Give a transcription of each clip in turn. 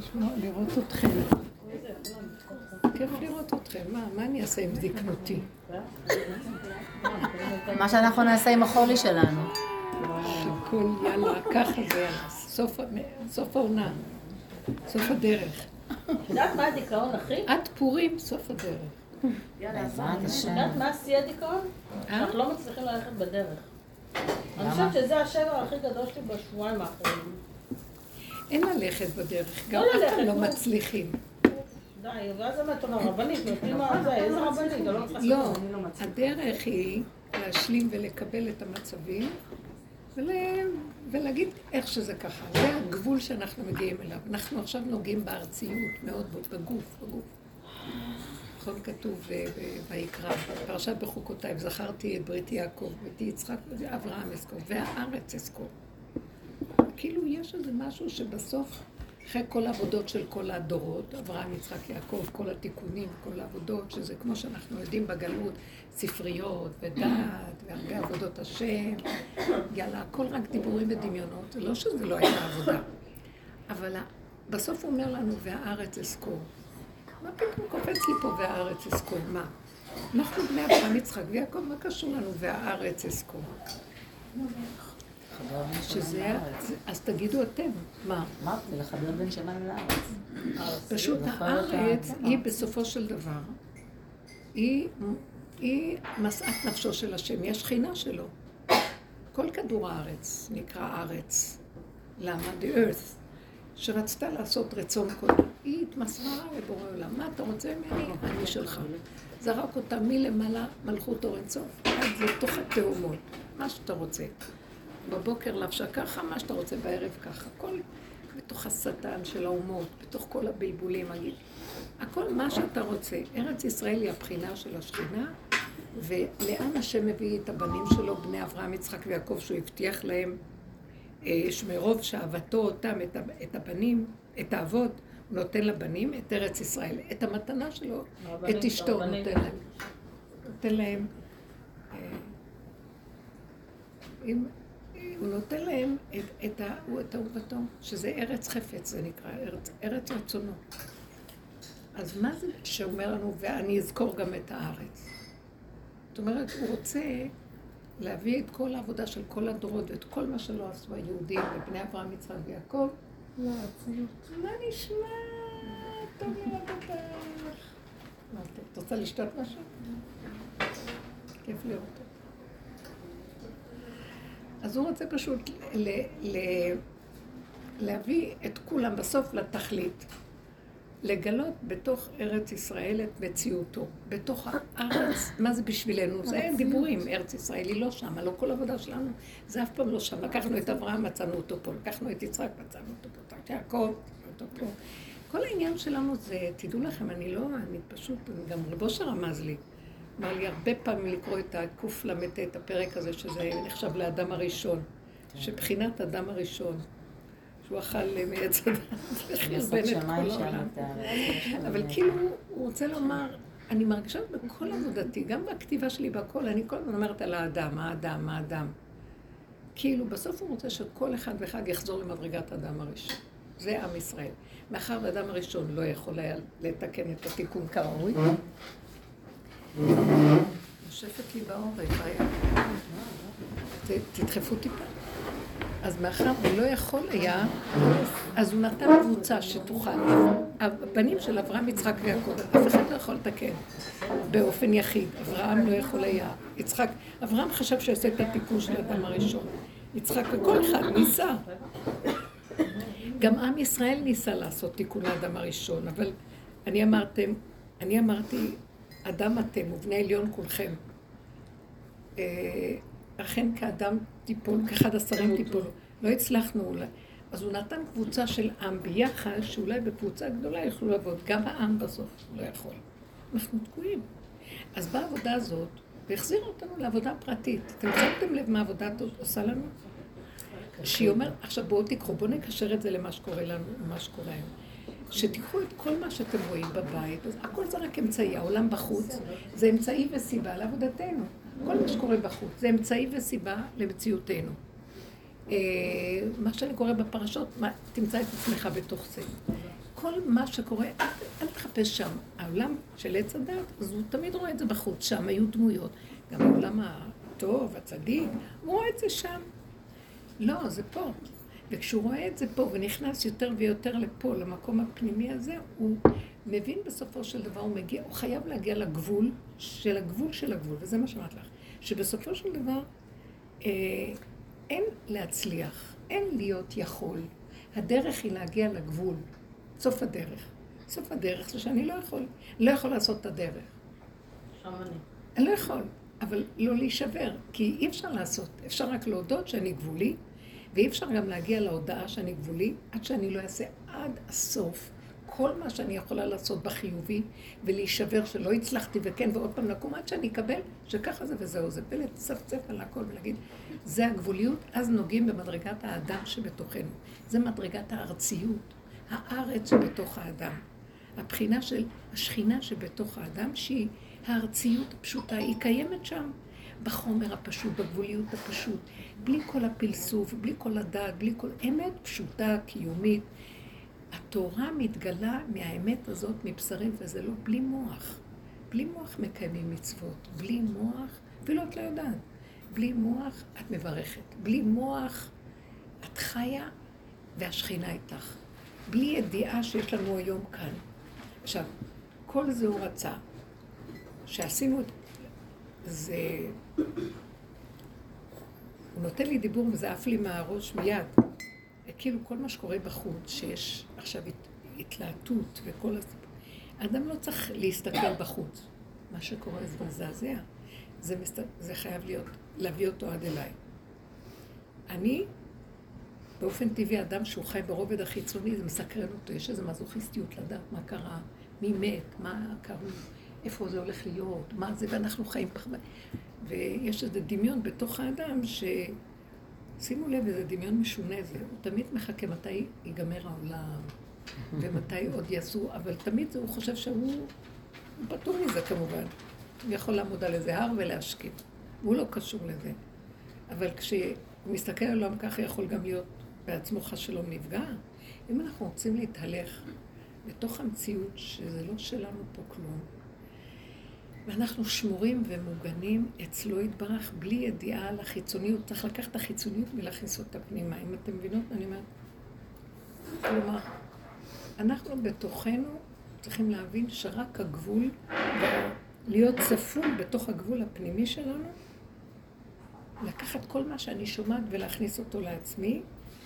לשמוע, לראות אתכם. כיף לראות אתכם. מה אני אעשה עם זקנותי? מה שאנחנו נעשה עם החולי שלנו. הכל יאללה, ככה זה יאללה. סוף העונה. סוף הדרך. יודעת מה הדיכאון, אחי? עד פורים, סוף הדרך. בעזרת השם. יודעת מה עשי הדיכאון? אנחנו לא מצליחים ללכת בדרך. אני חושבת שזה השבר הכי גדול שלי בשבועיים האחרונים. אין ללכת בדרך, גם לא אתם לא ללכת, מצליחים. די, ואז באמת אומר, רבנית, נותנים מה זה, איזה רבנית? לא מצליחים. לא, הדרך היא להשלים ולקבל את המצבים ולהגיד איך שזה ככה. זה הגבול שאנחנו מגיעים אליו. אנחנו עכשיו נוגעים בארציות מאוד בגוף. נכון כתוב ויקרא, פרשת בחוקותיי, זכרתי את בריתי יעקב, ואת יצחק ואברהם אזכור, והארץ אזכור. כאילו יש איזה משהו שבסוף, אחרי כל העבודות של כל הדורות, אברהם, יצחק, יעקב, כל התיקונים, כל העבודות, שזה כמו שאנחנו יודעים בגלות, ספריות ודעת, והרבה עבודות השם, יאללה, הכל רק דיבורים ודמיונות, זה לא שזה לא הייתה עבודה. אבל בסוף הוא אומר לנו, והארץ אזכור. מה פתאום קופץ לי פה והארץ אזכור? מה? אנחנו בני אברהם, יצחק ויעקב, מה קשור לנו והארץ אזכור? שזה, אז תגידו אתם, מה? אמרתי, לחבר בין שמים לארץ. פשוט הארץ היא בסופו של דבר, היא משאת נפשו של השם, היא השכינה שלו. כל כדור הארץ נקרא ארץ. למה? The earth. שרצתה לעשות רצון קודם. היא התמסרה לבורא עולם. מה אתה רוצה ממני? אני שלך. זרק אותה מלמעלה מלכות אור אינסוף. עד לתוך התאומות. מה שאתה רוצה. בבוקר לבשה ככה, מה שאתה רוצה בערב ככה. הכל בתוך השטן של האומות, בתוך כל הבלבולים. הכל מה שאתה רוצה. ארץ ישראל היא הבחינה של השכינה, ולאן השם מביא את הבנים שלו, בני אברהם, יצחק ויעקב, שהוא הבטיח להם, שמרוב שאהבתו אותם, את הבנים, את האבות, הוא נותן לבנים את ארץ ישראל, את המתנה שלו, את אשתו נותן להם. נותן להם, הוא נותן להם את אהובתו, שזה ארץ חפץ, זה נקרא, ארץ רצונו. אז מה זה שאומר לנו, ואני אזכור גם את הארץ? זאת אומרת, הוא רוצה להביא את כל העבודה של כל הדורות ואת כל מה שלא עשו היהודים ובני אברהם, יצחק ויעקב. לא, מה נשמע? טוב לראות אותך. מה, את רוצה לשתות משהו? כיף לראות אותך. אז הוא רוצה פשוט להביא את כולם בסוף לתכלית. לגלות בתוך ארץ ישראל את מציאותו. בתוך הארץ, מה זה בשבילנו? זה דיבורים, ארץ ישראל היא לא שם, לא כל עבודה שלנו, זה אף פעם לא שם. לקחנו את אברהם, מצאנו אותו פה, לקחנו את יצחק, מצאנו אותו פה, את יעקב, אותו פה. כל העניין שלנו זה, תדעו לכם, אני פשוט, גם רבו שרמז לי, אמר לי הרבה פעמים לקרוא את הקוף למתה, את הפרק הזה, שזה נחשב לאדם הראשון, שבחינת אדם הראשון, שהוא אכל מעץ הדת וחרבן את כל העולם. אבל כאילו הוא רוצה לומר, אני מרגישה בכל עבודתי, גם בכתיבה שלי בכל, אני כל הזמן אומרת על האדם. כאילו בסוף הוא רוצה שכל אחד ואחד יחזור למדרגת האדם הראשון. זה עם ישראל. מאחר והאדם הראשון לא יכול היה לתקן את התיקון כראוי. נושפת לי בעורף, תדחפו טיפה. אז מאחר הוא לא יכול היה, אז הוא נתן קבוצה שתוכל. הבנים של אברהם, יצחק ויעקב, אף אחד לא יכול לתקן באופן יחיד. אברהם לא יכול היה. אברהם חשב שעושה את התיקון של האדם הראשון. יצחק וכל אחד ניסה. גם עם ישראל ניסה לעשות תיקון לאדם הראשון, אבל אני אמרתי, אדם אתם ובני עליון כולכם. אכן כאדם טיפול, כאחד השרים טיפול, לא הצלחנו אולי. אז הוא נתן קבוצה של עם ביחד, שאולי בקבוצה גדולה יכלו לעבוד, גם העם בסוף לא יכול. אנחנו תקועים. אז בעבודה הזאת, והחזיר אותנו לעבודה פרטית. אתם שמתם לב מה העבודה עושה לנו? שהיא אומרת, עכשיו בואו תיקחו, בואו נקשר את זה למה שקורה לנו, מה שקורה היום. שתיקחו את כל מה שאתם רואים בבית, אז הכל זה רק אמצעי, העולם בחוץ, זה אמצעי וסיבה לעבודתנו. כל מה שקורה בחוץ, זה אמצעי וסיבה למציאותנו. מה שאני קורא בפרשות, תמצא את עצמך בתוך זה. כל מה שקורה, אל תחפש שם. העולם של עץ הדת, אז הוא תמיד רואה את זה בחוץ, שם היו דמויות. גם העולם הטוב, הצדיק, הוא רואה את זה שם. לא, זה פה. וכשהוא רואה את זה פה ונכנס יותר ויותר לפה, למקום הפנימי הזה, הוא מבין בסופו של דבר, הוא חייב להגיע לגבול של הגבול של הגבול, וזה מה שאמרת לך, שבסופו של דבר אין להצליח, אין להיות יכול. הדרך היא להגיע לגבול, סוף הדרך. סוף הדרך זה שאני לא יכול לעשות את הדרך. שם אני לא יכול, אבל לא להישבר, כי אי אפשר לעשות, אפשר רק להודות שאני גבולי, ואי אפשר גם להגיע להודעה שאני גבולי, עד שאני לא אעשה עד הסוף כל מה שאני יכולה לעשות בחיובי, ולהישבר שלא הצלחתי וכן, ועוד פעם לקום עד שאני אקבל שככה זה וזהו זה, ולצפצף על הכל ולהגיד, זה הגבוליות, אז נוגעים במדרגת האדם שבתוכנו. זה מדרגת הארציות, הארץ שבתוך האדם. הבחינה של השכינה שבתוך האדם, שהיא הארציות הפשוטה, היא קיימת שם. בחומר הפשוט, בגבוליות הפשוט, בלי כל הפלסוף, בלי כל הדעת, בלי כל אמת פשוטה, קיומית. התורה מתגלה מהאמת הזאת מבשרים, וזה לא בלי מוח. בלי מוח מקיימים מצוות, בלי מוח, אפילו את לא יודעת. בלי מוח את מברכת, בלי מוח את חיה והשכינה איתך. בלי ידיעה שיש לנו היום כאן. עכשיו, כל זה הוא רצה, שעשינו את זה, הוא נותן לי דיבור וזה עף לי מהראש מיד. כאילו כל מה שקורה בחוץ, שיש עכשיו התלהטות וכל הסיפור. האדם לא צריך להסתכל בחוץ. מה שקורה זה מזעזע. זה חייב להביא אותו עד אליי. אני, באופן טבעי, אדם שהוא חי ברובד החיצוני, זה מסקרן אותו. יש איזו מזוכיסטיות לדעת מה קרה, מי מת, מה קרה. איפה זה הולך להיות, מה זה, ואנחנו חיים פחד. ויש איזה דמיון בתוך האדם שימו לב, איזה דמיון משונה זה. הוא תמיד מחכה מתי ייגמר העולם, ומתי עוד יעשו, אבל תמיד הוא חושב שהוא פטור מזה כמובן. הוא יכול לעמוד על איזה הר ולהשכים. הוא לא קשור לזה. אבל כשהוא מסתכל על העולם ככה, יכול גם להיות בעצמו חס שלום נפגע. אם אנחנו רוצים להתהלך בתוך המציאות שזה לא שלנו פה כלום, ואנחנו שמורים ומוגנים אצלו יתברך בלי ידיעה על החיצוניות. צריך לקחת את החיצוניות ולהכניס אותה פנימה. אם אתם מבינות, אני אומרת, כלומר, אנחנו בתוכנו צריכים להבין שרק הגבול, להיות צפון בתוך הגבול הפנימי שלנו, לקחת כל מה שאני שומעת ולהכניס אותו לעצמי.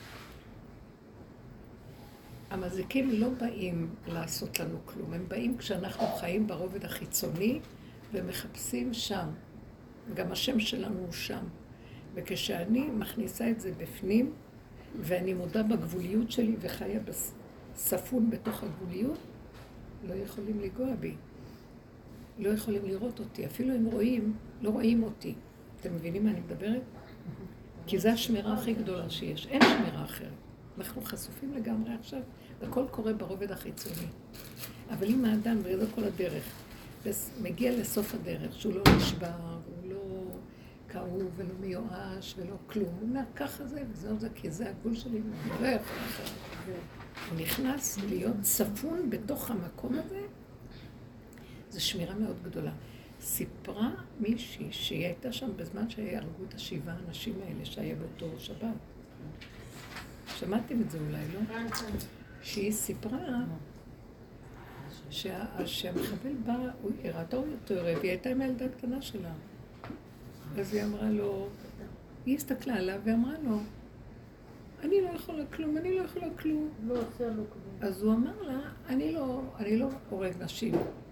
המזיקים לא באים לעשות לנו כלום, הם באים כשאנחנו חיים ברובד החיצוני ומחפשים שם. גם השם שלנו הוא שם. וכשאני מכניסה את זה בפנים, ואני מודה בגבוליות שלי וחיה ספון בתוך הגבוליות, לא יכולים לגוע בי. לא יכולים לראות אותי. אפילו הם רואים, לא רואים אותי. אתם מבינים מה אני מדברת? כי זו השמירה הכי גדולה שיש. אין שמירה אחרת. אנחנו חשופים לגמרי עכשיו, והכל קורה ברובד החיצוני. אבל אם האדם, וזה כל הדרך, מגיע לסוף הדרך, שהוא לא נשבר, והוא לא כאוב ולא מיואש ולא כלום, הוא אומר, ככה זה וזהו זה, כי זה הגבול שלי, ואני לא יכול אחרת. הוא נכנס להיות צפון בתוך המקום הזה, זו שמירה מאוד גדולה. סיפרה מישהי שהיא הייתה שם בזמן שהרגו את 7 האנשים האלה שהיה באותו שבת. שמעתם את זה אולי, לא? שהיא סיפרה שהמחבל בא, הוא הראתה אותו ערב, היא הייתה עם הילדה הקטנה שלה. אז היא אמרה לו, היא הסתכלה עליו ואמרה לו, אני לא יכולה כלום, אני לא יכולה כלום. לא עושה לו כלום. אז הוא אמר לה, אני לא הורג נשים.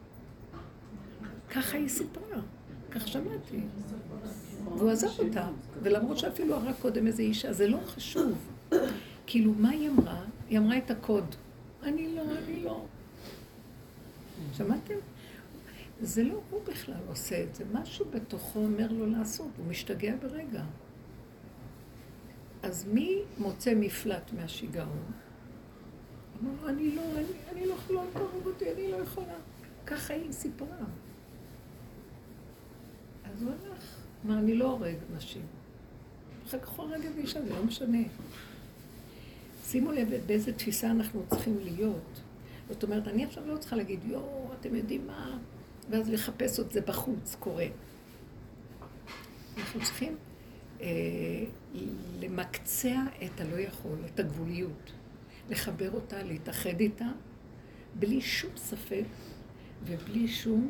ככה היא סיפרה, כך שמעתי. והוא עזב אותה, ולמרות שאפילו הרג קודם איזה אישה, זה לא חשוב. כאילו, מה היא אמרה? היא אמרה את הקוד. אני לא. שמעתם? זה לא הוא בכלל עושה את זה. משהו בתוכו אומר לו לעשות, הוא משתגע ברגע. אז מי מוצא מפלט מהשיגעון? אמר, אני לא יכולה, תהרוג אותי, אני לא יכולה. ככה היא סיפרה. אז הוא הלך, אמר, אני לא הורג נשים. אחר כך הוא הורג את אישה, זה לא משנה. שימו לב באיזה תפיסה אנחנו צריכים להיות. זאת אומרת, אני עכשיו לא צריכה להגיד, יואו, אתם יודעים מה? ואז לחפש את זה בחוץ, קורה. אנחנו צריכים למקצע את הלא יכול, את הגבוליות, לחבר אותה, להתאחד איתה, בלי שום ספק ובלי שום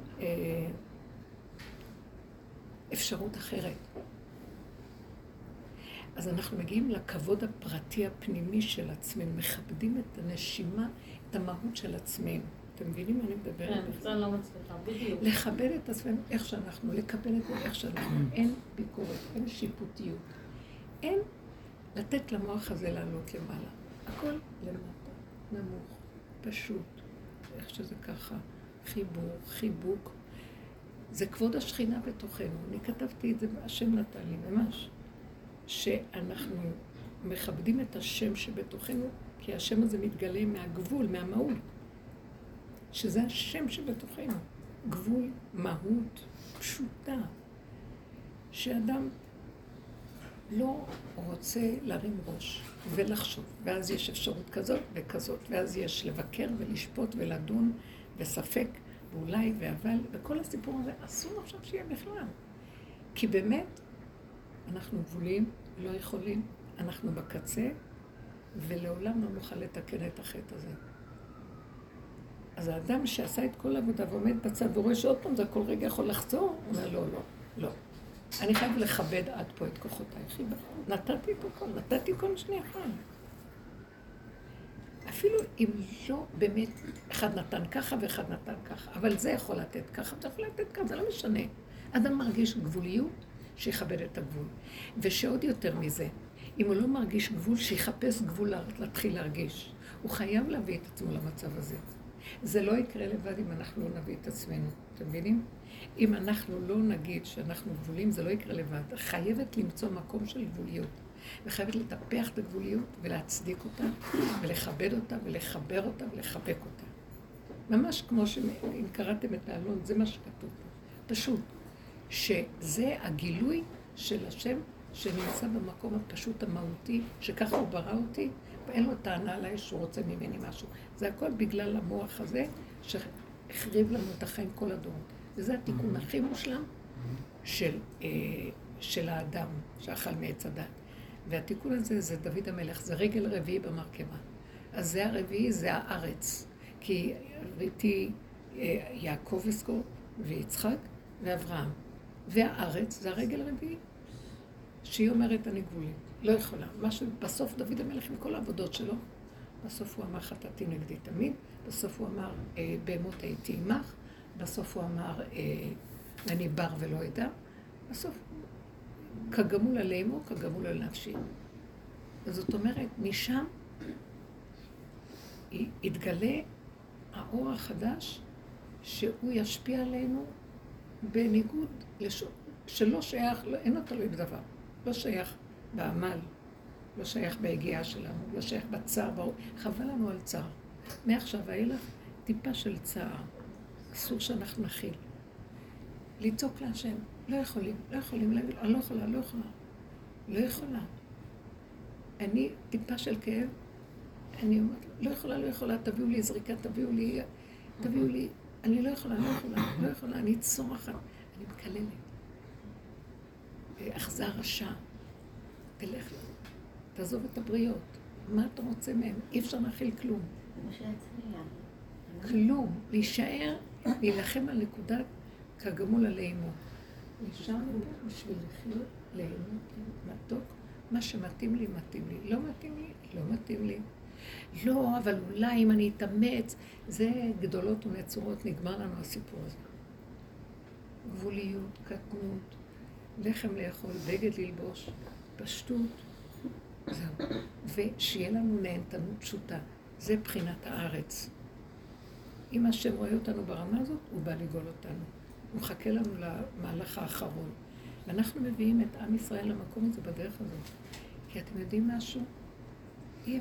אפשרות אחרת. אז אנחנו מגיעים לכבוד הפרטי הפנימי של עצמנו, מכבדים את הנשימה, את המהות של עצמנו. אתם מבינים מה אני מדברת? כן, זה לא מצליחה, בדיוק. לכבד את עצמנו איך שאנחנו, לקבל את זה איך שאנחנו. אין ביקורת, אין שיפוטיות. אין לתת למוח הזה לעלות למעלה. הכל למטה, נמוך, פשוט, איך שזה ככה, חיבור, חיבוק. זה כבוד השכינה בתוכנו. אני כתבתי את זה, השם נתן לי, ממש. שאנחנו מכבדים את השם שבתוכנו, כי השם הזה מתגלה מהגבול, מהמהות. שזה השם שבתוכנו. גבול, מהות, פשוטה. שאדם לא רוצה להרים ראש ולחשוב. ואז יש אפשרות כזאת וכזאת. ואז יש לבקר ולשפוט ולדון וספק ואולי ואבל. וכל הסיפור הזה אסור עכשיו שיהיה בכלל. כי באמת אנחנו גבולים, לא יכולים, אנחנו בקצה, ולעולם לא נוכל לתקן את החטא הזה. אז האדם שעשה את כל העבודה ועומד בצד ורואה שעוד פעם זה כל רגע יכול לחזור, הוא אומר לא, לא, לא. אני חייב לכבד עד פה את כוחותיי. נתתי את הכל, נתתי כל שנייה אחת. אפילו אם לא באמת, אחד נתן ככה ואחד נתן ככה, אבל זה יכול לתת ככה, זה יכול לתת ככה, זה לא משנה. אדם מרגיש גבוליות, שיכבד את הגבול. ושעוד יותר מזה, אם הוא לא מרגיש גבול, שיחפש גבול להתחיל להרגיש. הוא חייב להביא את עצמו למצב הזה. זה לא יקרה לבד אם אנחנו לא נביא את עצמנו. אתם מבינים? אם אנחנו לא נגיד שאנחנו גבולים, זה לא יקרה לבד. חייבת למצוא מקום של גבוליות. וחייבת לטפח את הגבוליות ולהצדיק אותה, ולכבד אותה, ולחבר אותה, ולחבק אותה. ממש כמו שאם קראתם את העלון, זה מה שכתוב פה. פשוט. שזה הגילוי של השם שנמצא במקום הפשוט המהותי, שככה הוא ברא אותי, ואין לו טענה עליי שהוא רוצה ממני משהו. זה הכל בגלל המוח הזה שהחריב לנו את החיים כל הדורות. וזה התיקון הכי מושלם של האדם שאכל מעץ הדת. והתיקון הזה זה דוד המלך, זה רגל רביעי במרכבה. אז זה הרביעי, זה הארץ. כי ראיתי יעקב אסקור ויצחק ואברהם. והארץ זה הרגל הרביעי, שהיא אומרת אני גבולית, לא יכולה. בסוף דוד המלך עם כל העבודות שלו, בסוף הוא אמר חטאתי נגדי תמיד, בסוף הוא אמר בהמות הייתי עמך, בסוף הוא אמר אני בר ולא אדע, בסוף כגמול עלימו, כגמול על נפשי. זאת אומרת, משם יתגלה האור החדש שהוא ישפיע עלינו בניגוד שלא שייך, אין לו תלוי בדבר, לא שייך בעמל, לא שייך בהגיעה שלנו, לא שייך בצער, חבל לנו על צער. מעכשיו ואילך טיפה של צער, אסור שאנחנו נכיל. לצעוק להשם, לא יכולים להגיד, אני לא יכולה. אני טיפה של כאב, אני אומרת, לא יכולה, תביאו לי זריקה, תביאו לי, אני לא יכולה, אני צורחת, אני מקללת. אחזה רשע, תלך, תעזוב את הבריות, מה אתה רוצה מהם? אי אפשר להכיל כלום. כלום, להישאר, להילחם על נקודת כגמול עלינו. נשארנו פה בשביל לחיות, ליהנות, מתוק, מה שמתאים לי, מתאים לי. לא מתאים לי, לא מתאים לי. לא, אבל אולי אם אני אתאמץ, זה גדולות ונצורות, נגמר לנו הסיפור הזה. גבוליות, קטנות, לחם לאכול, בגד ללבוש, פשטות, זהו. ושיהיה לנו נהנתנות פשוטה, זה בחינת הארץ. אם השם רואה אותנו ברמה הזאת, הוא בא לגאול אותנו. הוא מחכה לנו למהלך האחרון. ואנחנו מביאים את עם ישראל למקום הזה בדרך הזאת. כי אתם יודעים משהו? אי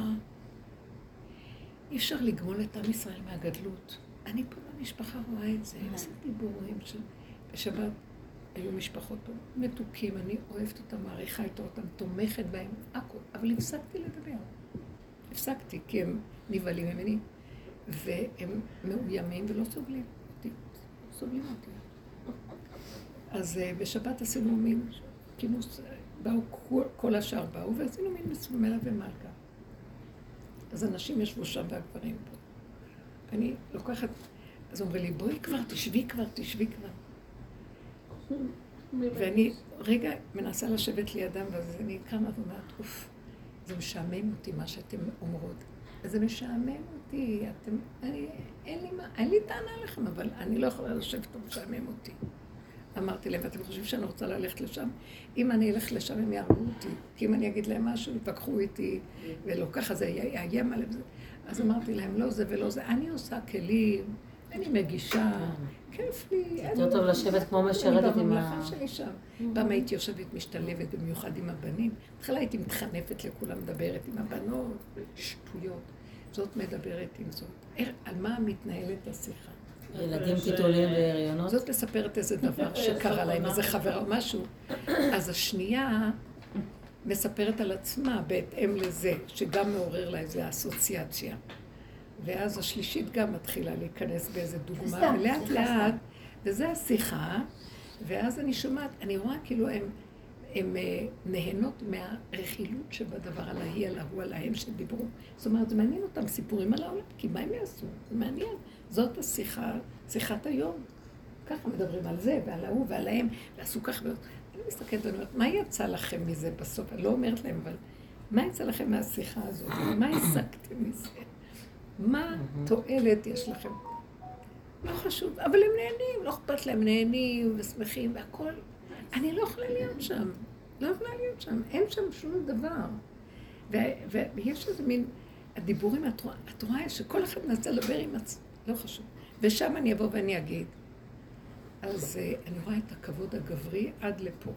אפשר לגמול את עם ישראל מהגדלות. אני פה במשפחה רואה את זה, איזה דיבורים של... בשבת היו משפחות פה מתוקים, אני אוהבת אותם, מעריכה אותם, תומכת בהם, הכל. אבל הפסקתי לדבר. הפסקתי, כי הם נבהלים ממני. והם מאוימים ולא סובלים אותי. סובלים אותי. אז בשבת עשינו מין כינוס, באו כל השאר באו, ועשינו מין מסומלה ומלכה. אז אנשים ישבו שם והגברים פה. אני לוקחת, אז אומרים לי, בואי כבר, תשבי כבר. ואני רגע מנסה לשבת לידם, ואז אני קמה ואומרת, אוף, זה משעמם אותי מה שאתם אומרות. אז זה משעמם אותי, אין לי טענה לכם, אבל אני לא יכולה לשבת ומשעמם אותי. אמרתי להם, ואתם חושבים שאני רוצה ללכת לשם? אם אני אלך לשם, הם יערבו אותי. כי אם אני אגיד להם משהו, יתווכחו איתי, ולא ככה זה יאיים עליהם. אז אמרתי להם, לא זה ולא זה. אני עושה כלים, אני מגישה, כיף לי. יותר טוב לשבת כמו משרתת עם בממלכה שלי שם. פעם הייתי יושבת משתלבת, במיוחד עם הבנים. התחלה הייתי מתחנפת לכולם, מדברת עם הבנות, שטויות. זאת מדברת עם זאת. על מה מתנהלת השיחה? ילדים טיטולים והריונות? זאת מספרת איזה דבר שקרה להם, איזה חבר או משהו. אז השנייה מספרת על עצמה בהתאם לזה, שגם מעורר לה איזו אסוציאציה. ואז השלישית גם מתחילה להיכנס באיזה דוגמה, ולאט לאט, וזה השיחה, ואז אני שומעת, אני רואה כאילו הם נהנות מהרכילות שבדבר על ההיא, על ההוא, על ההם שדיברו. זאת אומרת, זה מעניין אותם סיפורים על העולם, כי מה הם יעשו? זה מעניין. זאת השיחה, שיחת היום. ככה מדברים על זה ועל ההוא ועל ההם, ועשו כך ועוד. אני מסתכלת ואני אומרת, מה יצא לכם מזה בסוף? אני לא אומרת להם, אבל מה יצא לכם מהשיחה הזאת? מה הסקתם מזה? מה תועלת יש לכם? לא חשוב, אבל הם נהנים, לא אכפת להם, נהנים ושמחים והכל. אני לא יכולה להיות שם, אין שם שום דבר. ויש איזה מין, הדיבורים, את רואה שכל אחד מנסה לדבר עם עצמו, לא חשוב. ושם אני אבוא ואני אגיד. אז אני רואה את הכבוד הגברי עד לפה.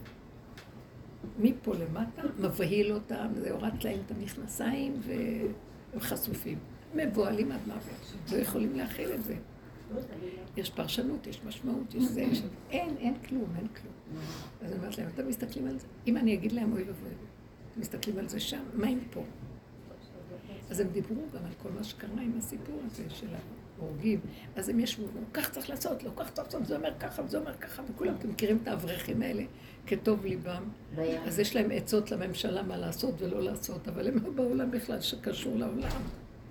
מפה למטה, מבהיל אותם, זה הורד להם את המכנסיים והם חשופים. מבועלים עד מוות, לא יכולים להכיל את זה. יש פרשנות, יש משמעות, יש זה, אין כלום. אז אני אומרת להם, אתם מסתכלים על זה? אם אני אגיד להם, אוי ואבוי, אתם מסתכלים על זה שם, מה הם פה? אז הם דיברו גם על כל מה שקרה עם הסיפור הזה של ההורגים. אז הם ישבו, כך צריך לעשות, לא כך צריך לעשות, זה אומר ככה וזה אומר ככה, וכולם, אתם מכירים את האברכים האלה כטוב ליבם. אז יש להם עצות לממשלה מה לעשות ולא לעשות, אבל הם לא בעולם בכלל שקשור לעולם.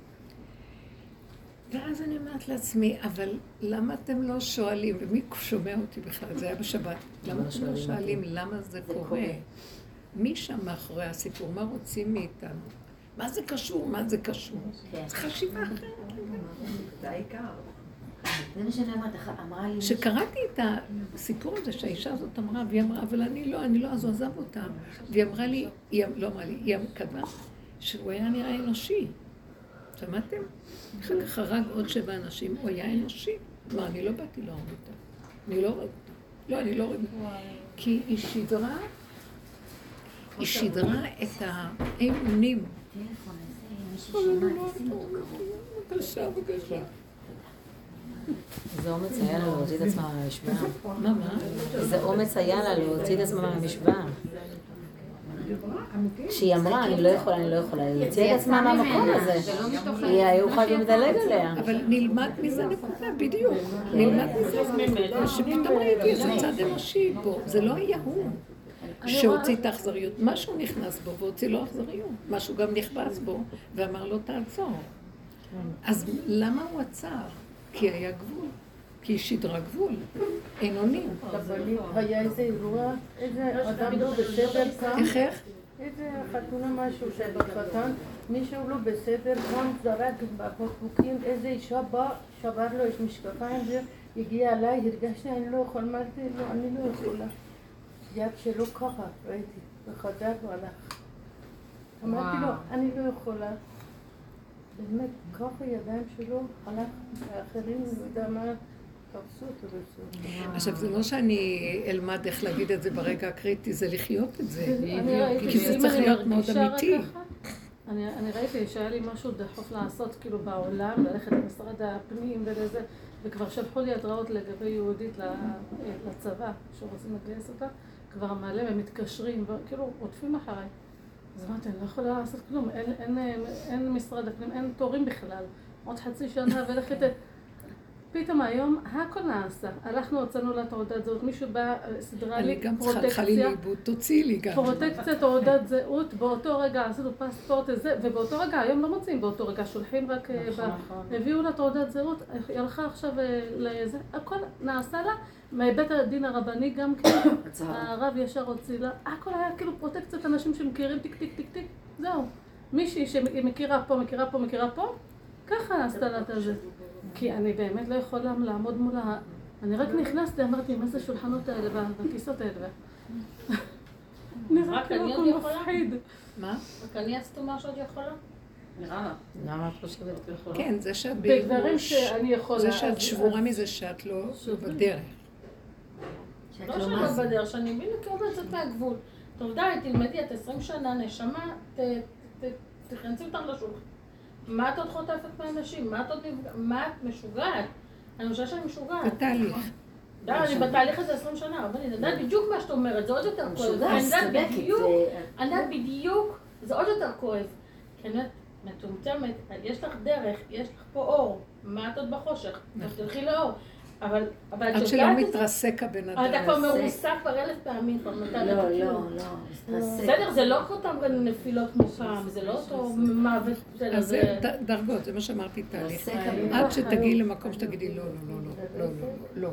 ואז אני אומרת לעצמי, אבל למה אתם לא שואלים, ומי שומע אותי בכלל, זה היה בשבת, למה אתם לא שואלים למה זה קורה? מי שם מאחורי הסיפור, מה רוצים מאיתנו? מה זה קשור? זה חשיבה אחרת. זה העיקר. זה מה שאני אמרה לי... שקראתי את הסיפור הזה שהאישה הזאת אמרה, והיא אמרה, אבל אני לא, אז הוא עזב אותה. והיא אמרה לי, היא כתבה שהוא היה נראה אנושי. שמעתם? אחר כך הרג עוד 7 אנשים, הוא היה אנושי. מה, אני לא באתי להרוג אותה. אני לא הורג אותה. כי היא שידרה את האמונים. בבקשה. איזה אומץ היה לה להוציא את עצמה מהמשוואה. מה? איזה אומץ היה לה להוציא את עצמה מהמשוואה. כשהיא אמרה, אני לא יכולה, היא הוציאה את עצמה מהמקום הזה. היא היו חייבים לדלג עליה. אבל נלמד מזה נקודה, בדיוק. נלמד מזה, שפתאום ראיתי איזה צד אנושי בו. זה לא היה הוא שהוציא את האכזריות. משהו נכנס בו והוציא לו אכזריות. משהו גם נכבס בו ואמר לו תעצור. אז למה הוא עצר? כי היה גבול. כי היא שידרה גבול. אין אונים. היה איזה אירוע, איזה אדם לא בסדר כאן. איך? איזה חתונה משהו שבחתן, מישהו לא בסדר כאן, זרק בבקבוקים, איזה אישה באה, שבר לו את משקפיים והגיע אליי, הרגשתי, אני לא יכול, אמרתי לו, אני לא יכולה. יד שלו ככה, ראיתי, וחדר והלך. אמרתי לו, אני לא יכולה. באמת, ככה ידיים שלו, הלך לאחרים, לא יודע מה, תפסו אותו בסוף. עכשיו, זה לא שאני אלמד איך להגיד את זה ברגע הקריטי, זה לחיות את זה. כי זה אם צריך אני להיות מאוד מרגישה אמיתי. ככה, אני ראיתי שהיה לי משהו דחוף לעשות כאילו בעולם, ללכת למשרד הפנים ולזה, וכבר שלחו לי התראות לגבי יהודית לצבא, שרוצים לגייס אותה, כבר מלא, הם מתקשרים, כאילו עוטפים אחריי. אז אמרתי, אני לא יכולה לעשות כלום, אין משרד הפנים, אין תורים בכלל. עוד חצי שנה ולכת... פתאום היום הכל נעשה. הלכנו, הוצאנו לה תעודת זהות, מישהו בא, סדרה לי פרוטקציה. אני גם צריכה לי לאיבוד, תוציאי לי גם. פרוטקציה, תעודת זהות, באותו רגע עשינו פספורט הזה, ובאותו רגע, היום לא מוצאים באותו רגע, שולחים רק... הביאו לה תעודת זהות, היא הלכה עכשיו לזה, הכל נעשה לה, מבית הדין הרבני גם כן, הרב ישר הוציא לה, הכל היה כאילו פרוטקציית אנשים שמכירים טיק טיק טיק טיק, זהו. מישהי שמכירה פה, מכירה פה, ככה עשתה לה את זה. כי אני באמת לא יכולה לעמוד מול אני רק נכנסתי, אמרתי, מה זה השולחנות האלה והכיסות האלה? נראה כאילו הכל מפחיד. מה? רק אני הסתומה שעוד יכולה? נראה. למה את חושבת יכולה? כן, זה שאת בדברים שאני יכולה. זה שאת שבורה מזה שאת לא בדרך. לא שאת בדרך, שאני מבינה כאילו יוצאת מהגבול. טוב די, תלמדי, את 20 שנה נשמה, תכנסי אותם לשולחן. מה את עוד חוטפת מהאנשים? מה את משוגעת? אני חושבת שאני משוגעת. בתהליך. די, אני בתהליך הזה 20 שנה, אבל אני יודעת בדיוק מה שאת אומרת, זה עוד יותר כואב. אני יודעת בדיוק, זה עוד יותר כואב. כי אני יודעת, מטומטמת, יש לך דרך, יש לך פה אור, מה את עוד בחושך? תלכי לאור. אבל עד שלא מתרסק הבן אדם. אתה כבר מרוסק כבר 1000 פעמים. לא. בסדר, זה לא אותם נפילות כמו פעם, זה לא אותו מוות. אז זה דרגות, זה מה שאמרתי תהליך. עד שתגיעי למקום שתגידי לא.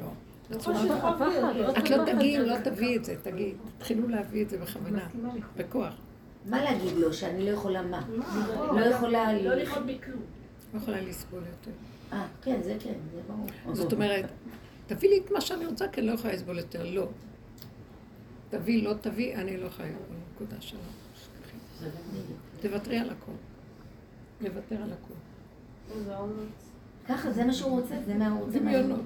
את לא תגיעי, לא תביאי את זה, תתחילו להביא את זה בכוונה, בכוח. מה להגיד לו? שאני לא יכולה מה? לא יכולה... לא לחיות בכלום. לא יכולה לסבול יותר. כן, זה ברור. זאת אומרת, תביא לי את מה שאני רוצה, כי אני לא יכולה לסבול יותר, לא. תביא, לא תביא, אני לא יכולה לסבול, נקודה שלנו. תוותרי על הכל. נוותר על הכל. ככה, זה מה שהוא רוצה, זה מה הוא רוצה. דמיונות.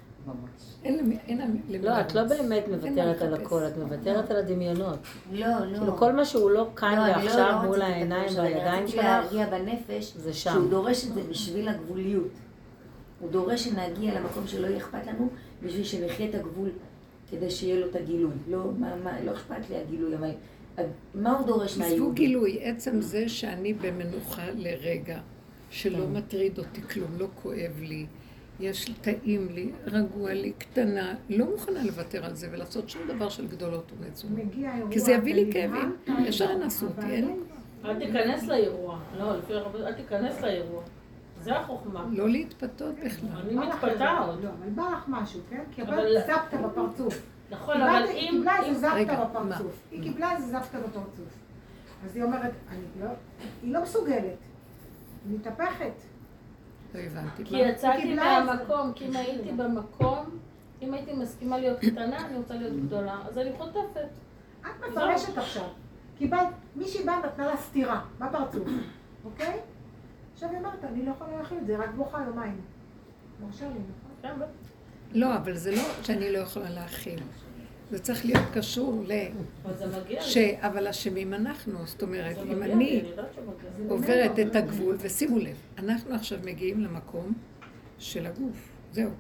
לא, את לא באמת מוותרת על הכל, את מוותרת על הדמיונות. לא. כאילו כל מה שהוא לא כאן ועכשיו מול העיניים והידיים שלך, להגיע בנפש, זה שם. שהוא דורש את זה בשביל הגבוליות. הוא דורש שנגיע למקום שלא יהיה אכפת לנו, בשביל שנחיה את הגבול, כדי שיהיה לו את הגילוי. לא אכפת לי הגילוי, אבל מה הוא דורש מהיהודי? עזבו גילוי, עצם זה שאני במנוחה לרגע, שלא מטריד אותי כלום, לא כואב לי. יש טעים לי, רגוע לי, קטנה, לא מוכנה לוותר על זה ולעשות שום דבר של גדולות ונצונות. כי זה יביא לי כאבים, ישר נסו אותי, אין לי. אל תיכנס לאירוע, לא, לפי הרבה, אל תיכנס לאירוע. זה החוכמה. לא להתפתות בכלל. אני מתפתה עוד. לא, אבל בא לך משהו, כן? כי קיבלת זפת בפרצוף. נכון, אבל אם... היא קיבלה איזה זפת בפרצוף. היא קיבלה איזה זפת בפרצוף. אז היא אומרת, היא לא מסוגלת. היא מתהפכת. לא הבנתי. כי יצאתי מהמקום, כי אם הייתי במקום, אם הייתי מסכימה להיות קטנה, אני רוצה להיות גדולה, אז אני חוטפת. את מפרשת עכשיו. קיבלת, מישהי באה נתנה לה סתירה, בפרצוף, אוקיי? עכשיו היא אומרת, אני לא יכולה להכיל את זה, רק בוכה יומיים. מרשה לי, נכון? לא, אבל זה לא שאני לא יכולה להכיל. זה צריך להיות קשור אבל אשמים אנחנו, זאת אומרת, אם אני עוברת את הגבול, ושימו לב, אנחנו עכשיו מגיעים למקום של הגוף, זהו.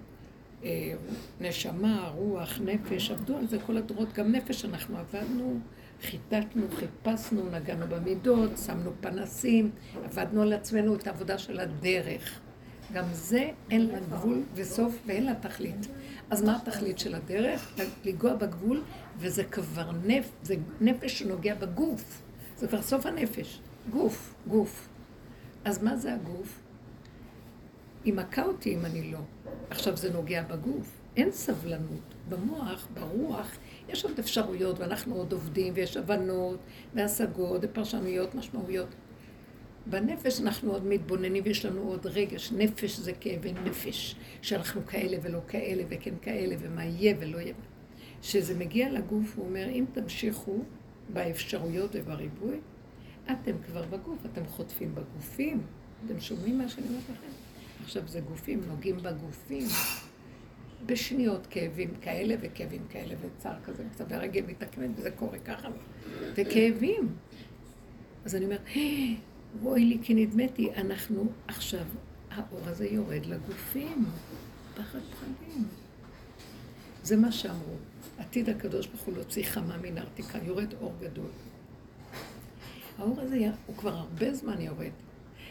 נשמה, רוח, נפש, עבדו על זה כל הדורות, גם נפש אנחנו עבדנו, חיטטנו, חיפשנו, נגענו במידות, שמנו פנסים, עבדנו על עצמנו את העבודה של הדרך. גם זה אין לה גבול וסוף ואין לה תכלית. אז מה התכלית של הדרך? לגוע בגבול, וזה כבר זה נפש שנוגע בגוף. זה כבר סוף הנפש. גוף. אז מה זה הגוף? היא מכה אותי אם אני לא. עכשיו זה נוגע בגוף. אין סבלנות. במוח, ברוח, יש עוד אפשרויות, ואנחנו עוד עובדים, ויש הבנות, והשגות, ופרשנויות, משמעויות. בנפש אנחנו עוד מתבוננים ויש לנו עוד רגש. נפש זה כאבי נפש, שאנחנו כאלה ולא כאלה וכן כאלה ומה יהיה ולא יהיה. שזה מגיע לגוף, הוא אומר, אם תמשיכו באפשרויות ובריבוי, אתם כבר בגוף, אתם חוטפים בגופים. אתם שומעים מה שאני אומרת לכם? עכשיו זה גופים, נוגעים בגופים. בשניות כאבים כאלה וכאבים כאלה וצער כזה, קצת והרגל מתעקמת וזה קורה ככה. וכאבים. אז אני אומרת, רואי לי, כי נדמתי, אנחנו עכשיו, האור הזה יורד לגופים, פחד פחדים. זה מה שאמרו. עתיד הקדוש ברוך הוא להוציא חמה מן הארתיקה, יורד אור גדול. האור הזה הוא כבר הרבה זמן יורד.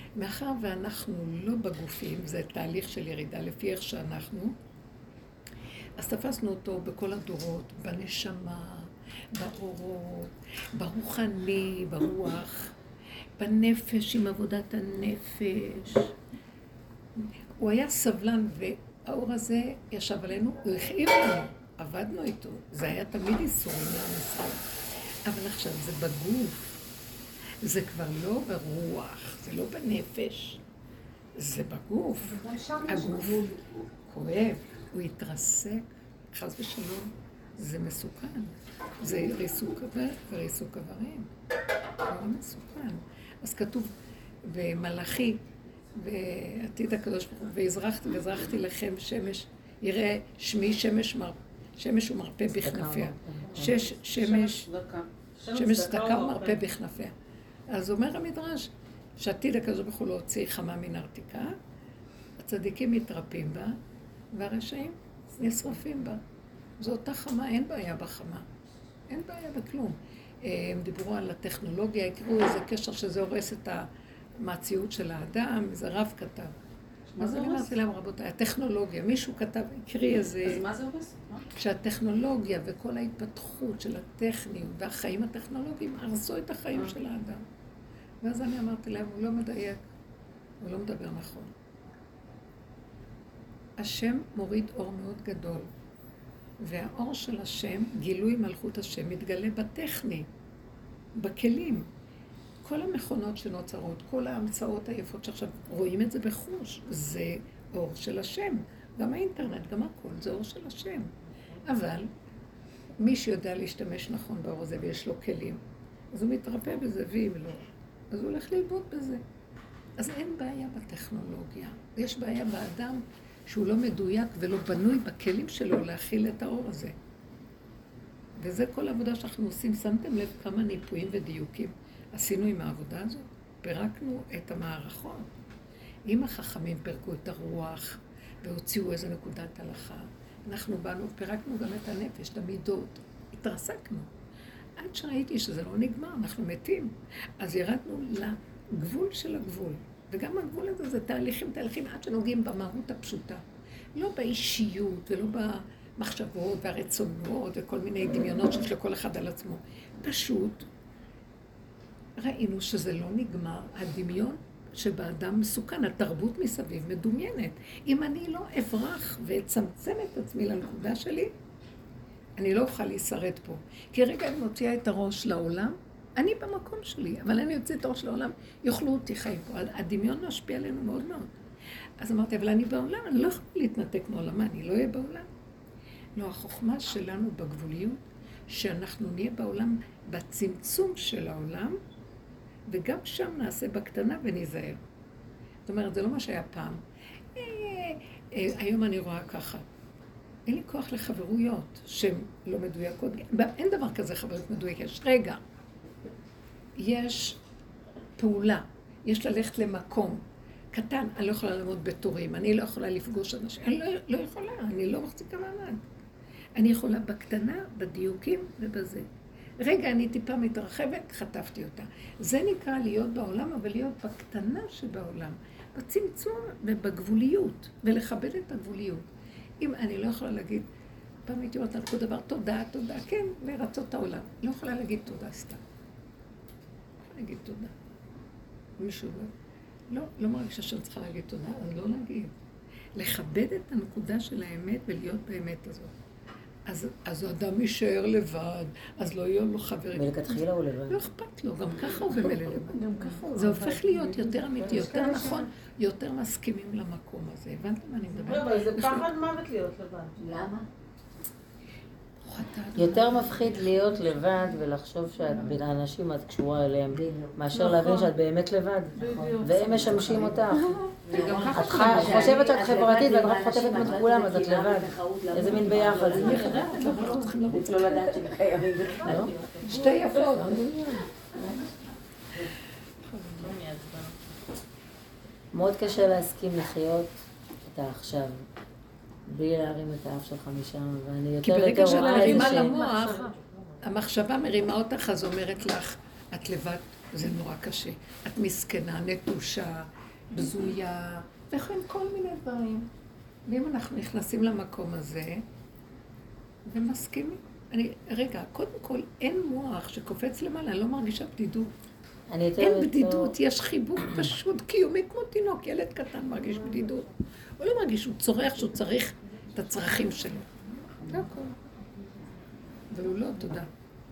מאחר ואנחנו לא בגופים, זה תהליך של ירידה לפי איך שאנחנו, אז תפסנו אותו בכל הדורות, בנשמה, באורות, ברוחני, ברוח, בנפש, עם עבודת הנפש. הוא היה סבלן והאור הזה ישב עלינו, הוא הכאיב לנו, עבדנו איתו. זה היה תמיד איסורים לעם. אבל עכשיו זה בגוף. זה כבר לא ברוח, זה לא בנפש, זה בגוף. הגוף כואב, הוא יתרסק, חס ושלום, זה מסוכן. זה ריסוק וריסוק איברים. זה לא מסוכן. אז כתוב במלאכי, ועתיד הקדוש ברוך הוא, והזרחתי לכם שמש, יראה שמי שמש ומרפא בכנפיה. שמש צדקה ומרפא בכנפיה. אז אומר המדרש, שעתיד הקדוש ברוך הוא להוציא חמה מן ארתיקה, הצדיקים מתרפים בה, והרשעים נשרפים בה. זו אותה חמה, אין בעיה בחמה. אין בעיה בכלום. הם דיברו על הטכנולוגיה, יקראו איזה קשר שזה הורס את המציאות של האדם, זה רב כתב. אז אני אמרתי להם, רבותיי, הטכנולוגיה, מישהו כתב, הקריא איזה... אז מה זה הורס? כשהטכנולוגיה וכל ההתפתחות של הטכניות והחיים הטכנולוגיים הרסו את החיים של האדם. ואז אני אמרתי להם, הוא לא מדייק, הוא לא מדבר נכון. השם מוריד אור מאוד גדול, והאור של השם, גילוי מלכות השם, מתגלה בטכני, בכלים. כל המכונות שנוצרות, כל ההמצאות היפות שעכשיו רואים את זה בחוש, זה אור של השם. גם האינטרנט, גם הכל, זה אור של השם. אבל מי שיודע להשתמש נכון באור הזה ויש לו כלים, אז הוא מתרפא בזה, ואם לא, אז הוא הולך ללמוד בזה. אז אין בעיה בטכנולוגיה. יש בעיה באדם שהוא לא מדויק ולא בנוי בכלים שלו להכיל את האור הזה. וזה כל העבודה שאנחנו עושים. שמתם לב כמה ניפויים ודיוקים עשינו עם העבודה הזאת? פירקנו את המערכות. אם החכמים פירקו את הרוח והוציאו איזו נקודת הלכה, אנחנו באנו, פירקנו גם את הנפש, את המידות, התרסקנו. עד שראיתי שזה לא נגמר, אנחנו מתים. אז ירדנו לגבול של הגבול. וגם הגבול הזה זה תהליכים עד שנוגעים במהות הפשוטה. לא באישיות ולא במחשבות והרצונות וכל מיני דמיונות שיש לכל אחד על עצמו. פשוט ראינו שזה לא נגמר. הדמיון שבאדם מסוכן, התרבות מסביב מדומיינת. אם אני לא אברח ואצמצם את עצמי לנקודה שלי, אני לא אוכל להישרד פה. כי רגע אני מוציאה את הראש לעולם, אני במקום שלי, אבל אני יוצא את הראש לעולם, יאכלו אותי חיים פה. הדמיון משפיע עלינו מאוד מאוד. אז אמרתי, אבל אני בעולם, אני לא יכולה להתנתק מעולמה, אני לא אהיה בעולם. לא, החוכמה שלנו בגבוליות, שאנחנו נהיה בעולם, בצמצום של העולם, וגם שם נעשה בקטנה וניזהר. זאת אומרת, זה לא מה שהיה פעם. היום אני רואה ככה. אין לי כוח לחברויות שהן לא מדויקות. אין דבר כזה חברות מדויקת. רגע, יש פעולה, יש ללכת למקום קטן, אני לא יכולה לעמוד בתורים, אני לא יכולה לפגוש אנשים, אני לא יכולה, אני לא מחזיקה מעמד. אני יכולה בקטנה, בדיוקים ובזה. רגע, אני טיפה מתרחבת, חטפתי אותה. זה נקרא להיות בעולם, אבל להיות בקטנה שבעולם, בצמצום ובגבוליות, ולכבד את הגבוליות. אם אני לא יכולה להגיד, פעם הייתי אומרת על כל דבר, תודה, תודה, כן, לרצות את העולם. לא יכולה להגיד תודה סתם. לא יכולה להגיד תודה. מישהו לא מרגישה שאני צריכה להגיד תודה, אז לא להגיד. לכבד את הנקודה של האמת ולהיות באמת הזאת. אז האדם יישאר לבד, אז לא יהיו לו חברים. מלכתחילה הוא לבד. לא אכפת לו, גם ככה הוא במילא לבד. זה הופך להיות יותר אמיתי, יותר נכון, יותר מסכימים למקום הזה. הבנתם מה אני מדברת? אבל זה פחד מוות להיות לבד. למה? יותר מפחיד להיות לבד ולחשוב שאת בין האנשים את קשורה אליהם, מאשר להבין שאת באמת לבד, והם משמשים אותך. את חושבת שאת חברתית ואת רק חוטפת את כולם, אז את לבד. איזה מין ביחד. לא לדעת שבקיימים. שתי יפות. מאוד קשה להסכים לחיות את העכשיו. בלי להרים את האף שלך משם, ואני יותר כי ברגע של להרימה ש... למוח, המחשבה מרימה אותך, אז אומרת לך, את לבד, זה נורא קשה. את מסכנה, נטושה, בזויה, וכן כל מיני דברים. ואם אנחנו נכנסים למקום הזה, ומסכימים, רגע, קודם כל, אין מוח שקופץ למעלה, אני לא מרגישה בדידות. אין בדידות, יש חיבוק פשוט קיומי כמו תינוק, ילד קטן מרגיש בדידות. הוא לא מרגיש, הוא צורך שהוא צריך את הצרכים שלו. זה הכל. אבל הוא לא, תודה.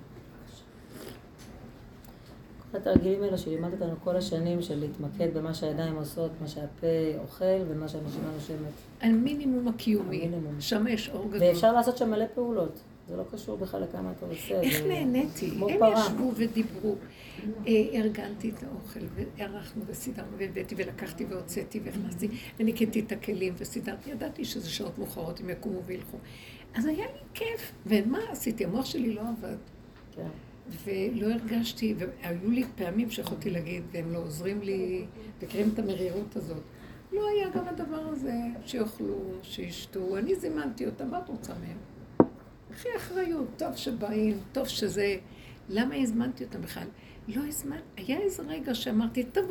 התרגילים האלה שלימדת אותנו כל השנים של להתמקד במה שהידיים עושות, מה שהפה אוכל ומה שהנשימה נושמת. המינימום הקיומי, שם יש אור גדול. ואפשר לעשות שם מלא פעולות. זה לא קשור בכלל לכמה אתה עושה. איך נהניתי? הם ישבו ודיברו. ארגנתי את האוכל, וערכנו וסידרנו, והבאתי ולקחתי והוצאתי והכנסתי, וניקטתי את הכלים וסידרתי. ידעתי שזה שעות מאוחרות, הם יקומו וילכו. אז היה לי כיף. ומה עשיתי? המוח שלי לא עבד. כן. ולא הרגשתי, והיו לי פעמים שיכולתי להגיד, והם לא עוזרים לי, מכירים את המרירות הזאת. לא היה גם הדבר הזה, שיאכלו, שישתו. אני זימנתי אותם, מה את רוצה מהם? הכי אחריות, טוב שבאים, טוב שזה... למה הזמנתי אותם בכלל? לא הזמנתי, היה איזה רגע שאמרתי, תבוא.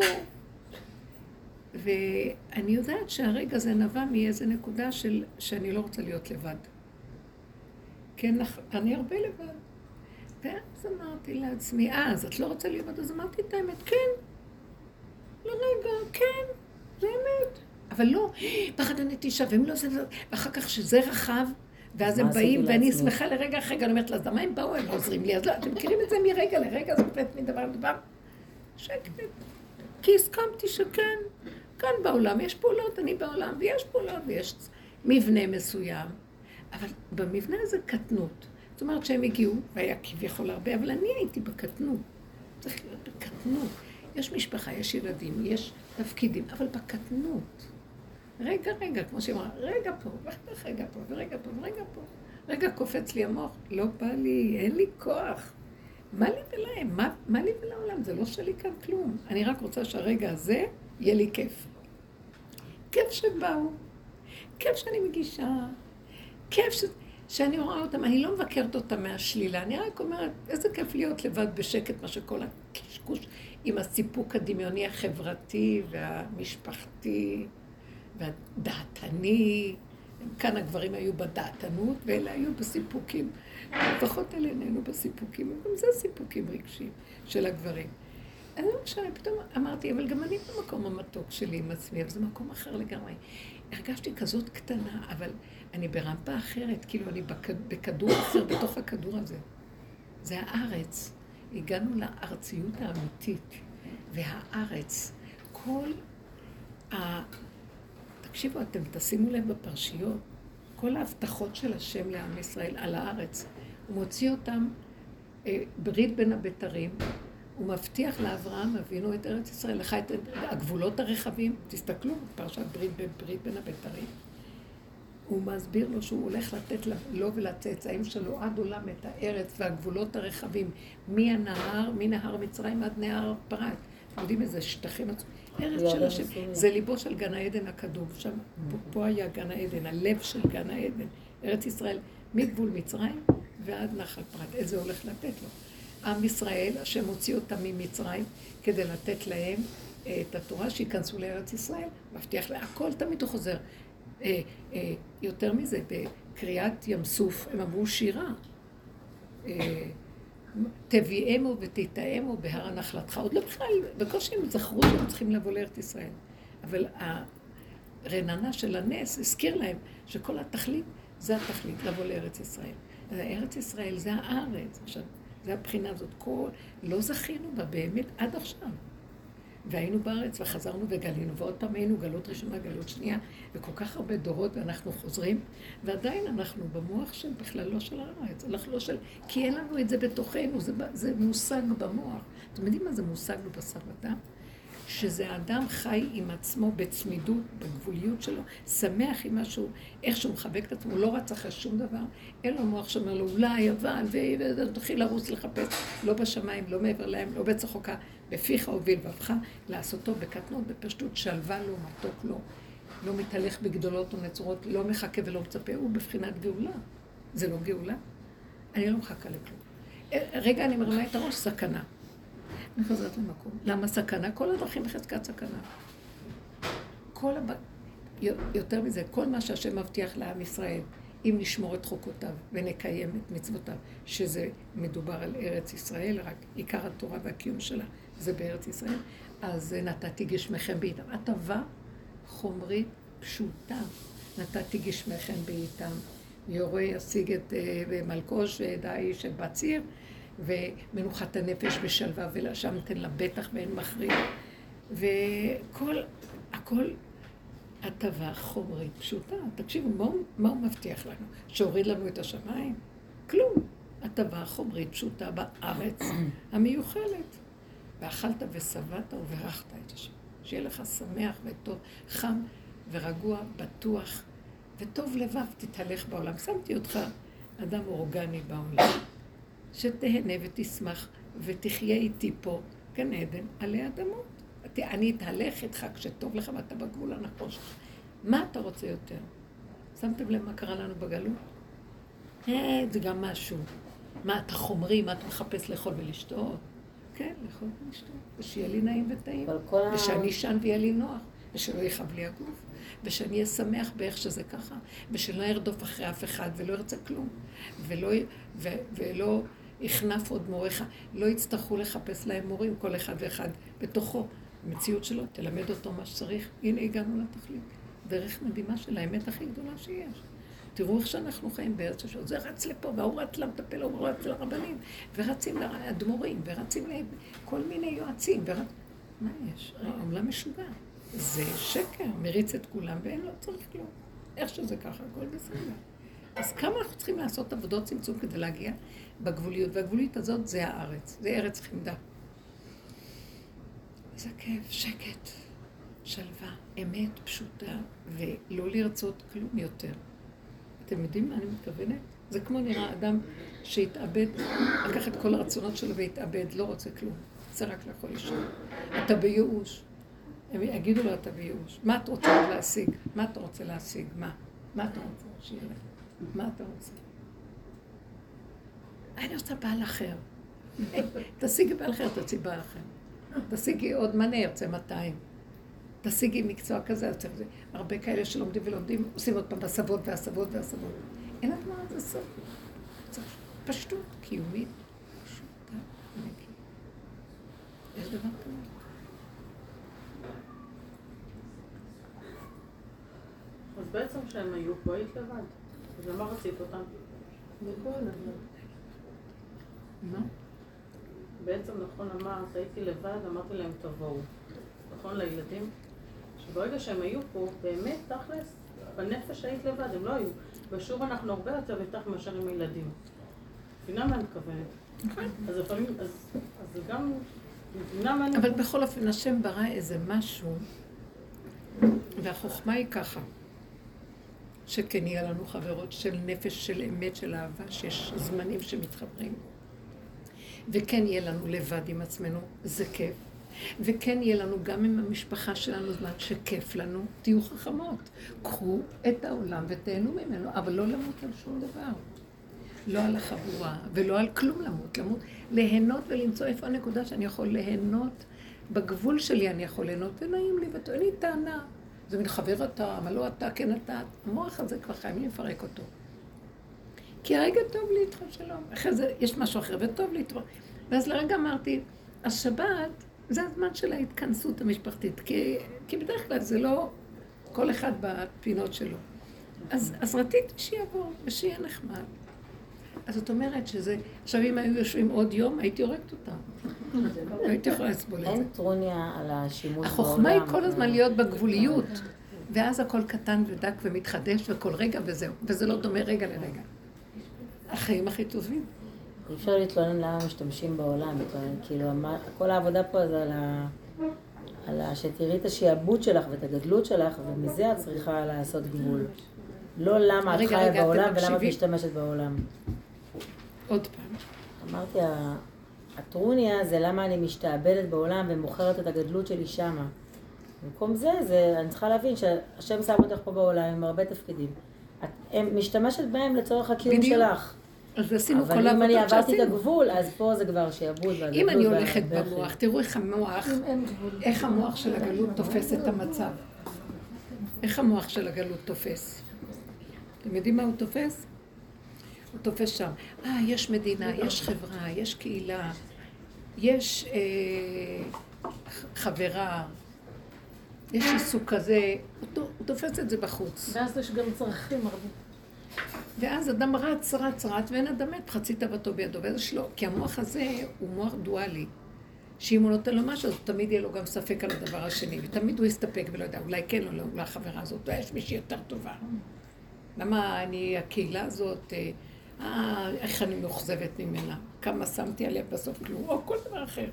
ואני יודעת שהרגע הזה נבע מאיזה נקודה שאני לא רוצה להיות לבד. כן, אני הרבה לבד. ואז אמרתי לעצמי, אז את לא רוצה לבד? אז אמרתי את האמת, כן. לרגע, כן, זה אמת. אבל לא, פחד הנטישה, והם לא עושים זאת. ואחר כך שזה רחב, ואז הם באים, ואני שמחה לרגע אחרי, אני אומרת לה, אז למה הם באו, הם לא עוזרים לי? אז לא, אתם מכירים את זה מרגע לרגע, זה קופץ מדבר לדבר. שקט. כי הסכמתי שכן, כאן בעולם יש פעולות, אני בעולם, ויש פעולות, ויש מבנה מסוים. אבל במבנה הזה קטנות. זאת אומרת שהם הגיעו, והיה כביכול הרבה, אבל אני הייתי בקטנות. צריך להיות בקטנות. יש משפחה, יש ילדים, יש תפקידים, אבל בקטנות. רגע, כמו שהיא אמרה, רגע פה, רגע פה, ורגע פה, ורגע פה. רגע קופץ לי המוח, לא בא לי, אין לי כוח. מה לי ולהם? מה לי ולעולם? זה לא שלי כאן כלום. אני רק רוצה שהרגע הזה יהיה לי כיף. כיף שבאו, כיף שאני מגישה, כיף שאני רואה אותם, אני לא מבקרת אותם מהשלילה, אני רק אומרת, איזה כיף להיות לבד בשקט, מה שכל הקשקוש עם הסיפוק הדמיוני החברתי והמשפחתי והדעתני. כאן הגברים היו בדעתנות ואלה היו בסיפוקים. לפחות אלה נהנו בסיפוקים, גם זה סיפוקים רגשיים של הגברים. אז עכשיו פתאום אמרתי, אבל גם אני במקום המתוק שלי עם עצמי, אבל זה מקום אחר לגמרי. הרגשתי כזאת קטנה, אבל אני ברמפה אחרת, כאילו אני בכדור אחר, בתוך הכדור הזה. זה הארץ. הגענו לארציות האמיתית, והארץ, תקשיבו, אתם תשימו לב בפרשיות, כל ההבטחות של השם לעם ישראל על הארץ, הוא מוציא אותם ברית בין הבתרים, הוא מבטיח לאברהם אבינו את ארץ ישראל, לך את הגבולות הרחבים, תסתכלו, פרשת ברית בין הבתרים. הוא מסביר לו שהוא הולך לתת לו ולצאצאים שלו עד עולם את הארץ והגבולות הרחבים, מנהר מצרים עד נהר פרת. אתם יודעים איזה שטחים עצומים. ארץ של השם, זה ליבו של גן העדן הקדום, שם פה היה גן העדן, הלב של גן העדן, ארץ ישראל, מגבול מצרים ועד נחל פרת. איזה הולך לתת לו? עם ישראל, השם הוציא אותם ממצרים כדי לתת להם את התורה שיכנסו לארץ ישראל, מבטיח לה, הכל תמיד הוא חוזר. יותר מזה, בקריאת ים סוף הם אמרו שירה. תביאמו ותתאמו בהר הנחלתך. עוד לא בכלל, בקושי הם זכרו שהם צריכים לבוא לארץ ישראל. אבל הרננה של הנס הזכיר להם שכל התכלית, זה התכלית, לבוא לארץ ישראל. אז ארץ ישראל זה הארץ. עכשיו, זה הבחינה הזאת. לא זכינו בה באמת עד עכשיו. והיינו בארץ וחזרנו וגלינו, ועוד פעם היינו גלות ראשונה, גלות שנייה, וכל כך הרבה דורות ואנחנו חוזרים, ועדיין אנחנו במוח של בכלל לא של הארץ, אנחנו לא של... כי אין לנו את זה בתוכנו, זה מושג במוח. אתם יודעים מה זה מושג בבשר ודם? שזה האדם חי עם עצמו בצמידות, בגבוליות שלו, שמח עם משהו, איך שהוא מחבק את עצמו, לא רץ אחרי שום דבר, אין לו מוח שאומר לו, אולי, אבל, ותתחיל לרוץ לחפש, לא בשמיים, לא מעבר להם, לא בצחוקה, בפיך הוביל ובך, לעשותו בקטנות, בפשטות, שלווה לו, מתוק לו, לא מתהלך בגדולות ונצורות, לא מחכה ולא מצפה, הוא בבחינת גאולה. זה לא גאולה? אני לא מחכה לכלום. רגע, אני מרמה את הראש, סכנה. אני חוזרת למקום. למה סכנה? כל הדרכים בחזקת סכנה. יותר מזה, כל מה שהשם מבטיח לעם ישראל, אם נשמור את חוקותיו ונקיים את מצוותיו, שזה מדובר על ארץ ישראל, רק עיקר התורה והקיום שלה זה בארץ ישראל, אז נתתי גשמכם בעיתם. הטבה חומרית פשוטה, נתתי גשמכם בעיתם. יורה ישיג את מלכוש ואת האיש את בציר, ומנוחת הנפש בשלווה, ולשם תן לה בטח ואין מכריע. הכל הטבה חומרית פשוטה. תקשיבו, מה הוא מבטיח לנו? שהוריד לנו את השמיים? כלום. הטבה חומרית פשוטה בארץ המיוחלת. ואכלת ושבעת וברכת את השם. שיהיה לך שמח וטוב, חם ורגוע, בטוח, וטוב לבב תתהלך בעולם. שמתי אותך אדם אורגני בעולם, שתהנה ותשמח ותחיה איתי פה גן עדן עלי אדמות. אני אתהלך איתך כשטוב לך ואתה בגבול הנכון שלך. מה אתה רוצה יותר? שמתם לב מה קרה לנו בגלות? זה גם משהו. מה אתה חומרי, מה אתה מחפש לאכול ולשתות? כן, לאכול ולשתות. ושיהיה לי נעים וטעים. ושאני אשן ויהיה לי נוח. ושלא יכאב לי הגוף. ושאני אהיה שמח באיך שזה ככה. ושלא ירדוף אחרי אף אחד ולא ירצה כלום. ולא יכנף עוד מוריך. לא יצטרכו לחפש להם מורים, כל אחד ואחד בתוכו. המציאות שלו, תלמד אותו מה שצריך. הנה הגענו לתכלית. דרך מדהימה של האמת הכי גדולה שיש. תראו איך שאנחנו חיים בארץ השעות. זה רץ לפה, והוא רץ למטפל, הוא רץ לרבנים, ורצים לאדמו"רים, ורצים לכל מיני יועצים. מה יש? העולם משוגע. זה שקר, מריץ את כולם, ואין לו צריך כלום. איך שזה ככה, הכל בסדר. אז כמה אנחנו צריכים לעשות עבודות צמצום כדי להגיע בגבוליות, והגבוליות הזאת זה הארץ, זה ארץ חמדה. זה כיף, שקט, שלווה, אמת פשוטה, ולא לרצות כלום יותר. אתם יודעים מה אני מתכוונת? זה כמו נראה אדם שהתאבד, לקח את כל הרצונות שלו והתאבד, לא רוצה כלום. זה רק לאכול לישון. אתה בייאוש. הם יגידו לו, אתה בייאוש. מה אתה רוצה להשיג? מה אתה רוצה להשיג? מה? מה אתה רוצה? שיהיה לך. מה אתה רוצה? אני רוצה בעל אחר. תשיגי בעל אחר, תוציא בעל אחר. תשיגי עוד מנה, יוצא 200. תשיגי מקצוע כזה, יוצא כזה. הרבה כאלה שלומדים ולומדים, עושים עוד פעם הסבות והסבות והסבות. אין את מה זה סוף. פשטות, קיומית, פשוטה, נקי. יש דבר כזה. אז בעצם כשהם היו פה, היית לבד. אז למה רצית אותם? מה? בעצם נכון אמרת, הייתי לבד, אמרתי להם תבואו. נכון לילדים? שברגע שהם היו פה, באמת, תכלס, בנפש היית לבד, הם לא היו. ושוב אנחנו הרבה יותר איתך מאשר עם ילדים. מבינה מה אני מתכוונת? אז לפעמים, אז זה גם... אבל בכל אופן, השם ברא איזה משהו, והחוכמה היא ככה, שכן יהיה לנו חברות של נפש, של אמת, של אהבה, שיש זמנים שמתחברים. וכן יהיה לנו לבד עם עצמנו, זה כיף. וכן יהיה לנו גם עם המשפחה שלנו זמן שכיף לנו, תהיו חכמות. קחו את העולם ותהנו ממנו, אבל לא למות על שום דבר. לא על החבורה ולא על כלום למות. ליהנות ולמצוא איפה הנקודה שאני יכול ליהנות. בגבול שלי אני יכול ליהנות ונעים לי ואין לי טענה. זה מן חבר אתה, מה לא אתה, כן אתה. המוח הזה כבר חייבים לפרק אותו. כי הרגע טוב לי איתך שלום. אחרי זה יש משהו אחר וטוב לי איתך. ואז לרגע אמרתי, השבת זה הזמן של ההתכנסות המשפחתית. כי בדרך כלל זה לא כל אחד בפינות שלו. אז רציתי שיבוא ושיהיה נחמד. אז זאת אומרת שזה, עכשיו אם היו יושבים עוד יום, הייתי הורגת אותם. הייתי יכולה לסבול את זה. אין טרוניה על השימוש בעולם. החוכמה היא כל הזמן להיות בגבוליות, ואז הכל קטן ודק ומתחדש וכל רגע וזהו. וזה לא דומה רגע לרגע. החיים הכי טובים. אי אפשר להתלונן למה משתמשים בעולם, כאילו כל העבודה פה זה על שתראי את השיעבוד שלך ואת הגדלות שלך, ומזה את צריכה לעשות גבול. לא למה את חיה בעולם ולמה את משתמשת בעולם. עוד פעם. אמרתי, הטרוניה זה למה אני משתעבדת בעולם ומוכרת את הגדלות שלי שמה. במקום זה, אני צריכה להבין שהשם שם אותך פה בעולם עם הרבה תפקידים. את משתמשת בהם לצורך הקיום שלך. אז עשינו כל אבל אם אני העבודות עברתי את שעשינו. הגבול, אז פה זה כבר שיעבוד והגדלות. אם אני הולכת במוח, תראו איך המוח של הגלות תופס את המצב. איך המוח של הגלות תופס? אתם יודעים מה הוא תופס? הוא תופס שם. יש מדינה, יש חברה, יש קהילה, יש חברה, יש עיסוק כזה, הוא תופס את זה בחוץ. ואז יש גם צרכים הרבה. ואז אדם רץ, ואין אדם מת, חצי תאוותו בידו, וזה שלא, כי המוח הזה הוא מוח דואלי, שאם הוא נותן לו משהו, אז תמיד יהיה לו גם ספק על הדבר השני, ותמיד הוא יסתפק ולא יודע, אולי כן או לא, אולי החברה הזאת, יש מישהי יותר טובה. למה הקהילה הזאת, איך אני מאוכזבת ממנה, כמה שמתי עליה בסוף כלום, או כל דבר אחר.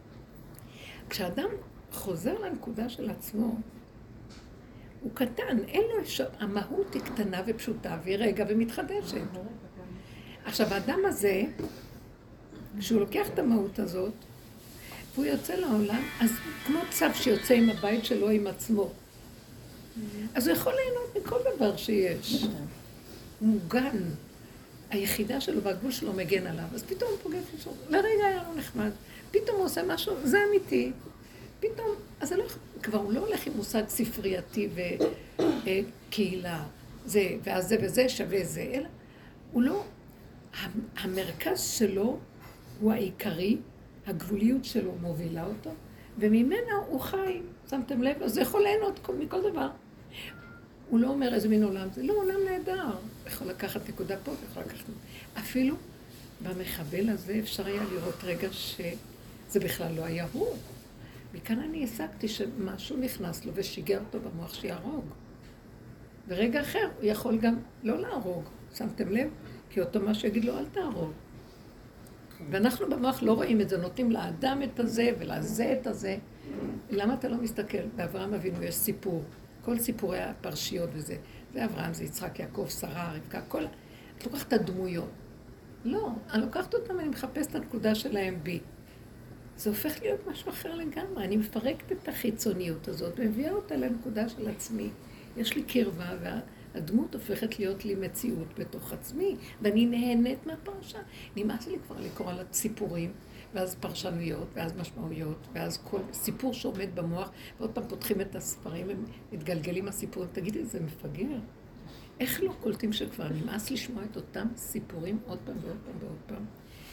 כשאדם חוזר לנקודה של עצמו, הוא קטן, אין לו אפשר, המהות היא קטנה ופשוטה, והיא רגע ומתחדשת. עכשיו, האדם הזה, כשהוא לוקח את המהות הזאת, והוא יוצא לעולם, אז כמו צב שיוצא עם הבית שלו, עם עצמו. אז הוא יכול ליהנות מכל דבר שיש. הוא מוגן. היחידה שלו והגבול שלו מגן עליו. אז פתאום הוא פוגש משהו, לרגע היה לו נחמד. פתאום הוא עושה משהו, זה אמיתי. פתאום, אז כבר הוא לא הולך עם מושג ספרייתי וקהילה. זה, ואז זה וזה שווה זה, אלא הוא לא, המרכז שלו הוא העיקרי, הגבוליות שלו מובילה אותו, וממנה הוא חי, שמתם לב? אז זה יכול ליהנות מכל דבר. הוא לא אומר איזה מין עולם, זה לא עולם נהדר. יכול לקחת נקודה פה, יכול לקחת... אפילו במחבל הזה אפשר היה לראות רגע שזה בכלל לא היה הוא. מכאן אני השגתי שמשהו נכנס לו ושיגע אותו במוח שיהרוג. ורגע אחר הוא יכול גם לא להרוג, שמתם לב? כי אותו משהו יגיד לו, אל תהרוג. ואנחנו במוח לא רואים את זה, נותנים לאדם את הזה ולזה את הזה. למה אתה לא מסתכל? באברהם אבינו יש סיפור, כל סיפורי הפרשיות וזה. זה אברהם, זה יצחק, יעקב, שרה, רבקה, כל... את לוקחת את הדמויות. לא, אני לוקחת אותם, אני מחפשת את הנקודה שלהם בי. זה הופך להיות משהו אחר לגמרי. אני מפרקת את החיצוניות הזאת, ומביאה אותה לנקודה של עצמי. יש לי קרבה, והדמות הופכת להיות לי מציאות בתוך עצמי, ואני נהנית מהפרשה. נמאס לי כבר לקרוא על הסיפורים, ואז פרשנויות, ואז משמעויות, ואז כל סיפור שעומד במוח, ועוד פעם פותחים את הספרים, הם מתגלגלים הסיפורים. תגידי, זה מפגר? איך לא קולטים שכבר נמאס לשמוע את אותם סיפורים עוד פעם ועוד פעם ועוד פעם?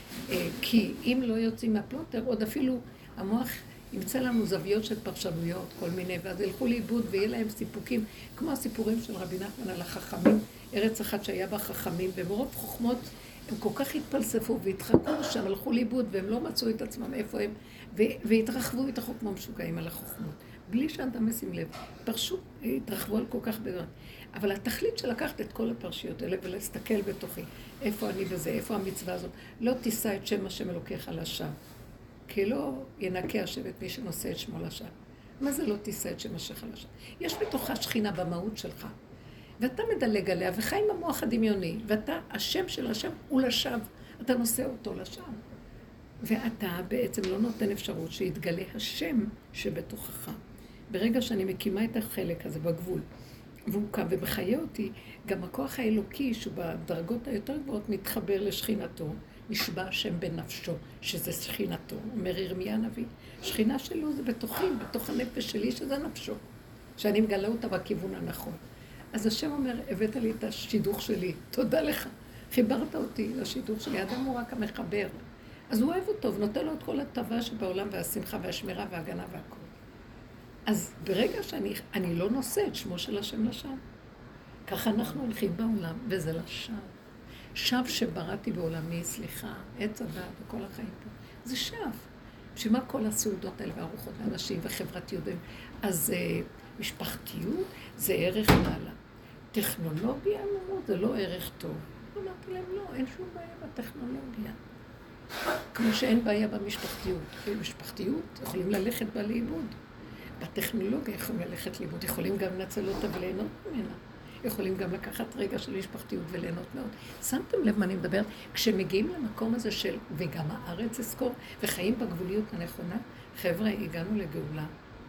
כי אם לא יוצאים מהפלוטר, עוד אפילו המוח ימצא לנו זוויות של פרשנויות, כל מיני, ואז ילכו לאיבוד ויהיה להם סיפוקים, כמו הסיפורים של רבי נחמן על החכמים, ארץ אחת שהיה בה חכמים, ומרוב חוכמות הם כל כך התפלספו והתחקו שם, הלכו לאיבוד, והם לא מצאו את עצמם איפה הם, והתרחבו את החוכמה משוגעים על החוכמות, בלי שאדם ישים לב, פרשו, התרחבו על כל כך בדרך. אבל התכלית של לקחת את כל הפרשיות האלה ולהסתכל בתוכי, איפה אני בזה, איפה המצווה הזאת, לא תישא את שם השם אלוקיך לשווא, כי לא ינקה השם את מי שנושא את שמו לשווא. מה זה לא תישא את שם השם לשווא? יש בתוכה שכינה במהות שלך, ואתה מדלג עליה וחי עם המוח הדמיוני, ואתה, השם של השם הוא לשווא, אתה נושא אותו לשווא. ואתה בעצם לא נותן אפשרות שיתגלה השם שבתוכך. ברגע שאני מקימה את החלק הזה בגבול, והוא קם ומחיה אותי, גם הכוח האלוקי שבדרגות היותר גבוהות מתחבר לשכינתו, נשבע השם בנפשו, שזה שכינתו, אומר ירמיה הנביא. שכינה שלו זה בתוכי, בתוך הנפש שלי, שזה נפשו, שאני מגלה אותה בכיוון הנכון. אז השם אומר, הבאת לי את השידוך שלי, תודה לך, חיברת אותי לשידוך שלי, האדם הוא רק המחבר. אז הוא אוהב אותו ונותן לו את כל הטובה שבעולם והשמחה והשמירה וההגנה והכל. אז ברגע שאני לא נושא את שמו של השם לשווא, ככה אנחנו הולכים בעולם, וזה לשווא. שווא שבראתי בעולמי, סליחה, עץ הדעת וכל החיים פה. זה שווא. שמה כל הסעודות האלה והארוחות לאנשים וחברתיות? אז משפחתיות זה ערך מעלה. טכנולוגיה, זה לא ערך טוב. אמרתי להם, לא, אין שום בעיה בטכנולוגיה. כמו שאין בעיה במשפחתיות. במשפחתיות יכולים ללכת בה לאיבוד. בטכנולוגיה יכולים ללכת לאיבוד, יכולים גם לנצל אותה וליהנות ממנה. יכולים גם לקחת רגע של משפחתיות וליהנות מאוד. שמתם לב מה אני מדברת? כשמגיעים למקום הזה של, וגם הארץ אזכור, וחיים בגבוליות הנכונה, חבר'ה, הגענו לגאולה.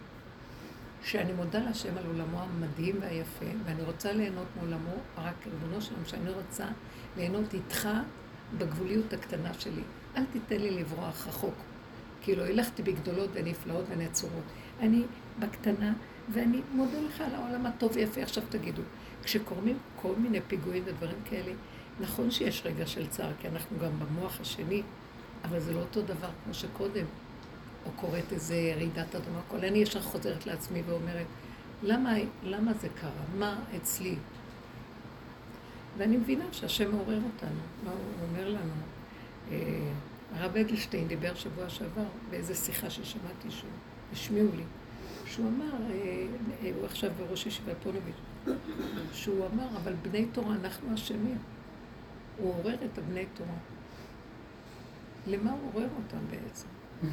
שאני מודה להשם על עולמו המדהים והיפה, ואני רוצה ליהנות מעולמו, רק ריבונו שלנו, שאני רוצה ליהנות איתך בגבוליות הקטנה שלי. אל תיתן לי לברוח רחוק. כאילו, הלכתי בגדולות ונפלאות ונצורות. אני בקטנה ואני מודה לך על העולם הטוב ויפה. עכשיו תגידו, כשקוראים כל מיני פיגועים ודברים כאלה, נכון שיש רגע של צער, כי אנחנו גם במוח השני, אבל זה לא אותו דבר כמו שקודם. או קוראת איזה רעידת אדמה, כל אני ישר חוזרת לעצמי ואומרת, למה זה קרה? מה אצלי? ואני מבינה שהשם מעורר אותנו. מה הוא אומר לנו? הרב אדלשטיין דיבר שבוע שעבר באיזו שיחה ששמעתי שהוא, השמיעו לי, שהוא אמר, הוא עכשיו בראש ישיבת פונוביץ', שהוא אמר, אבל בני תורה אנחנו אשמים. הוא עורר את הבני תורה. למה הוא עורר אותם בעצם?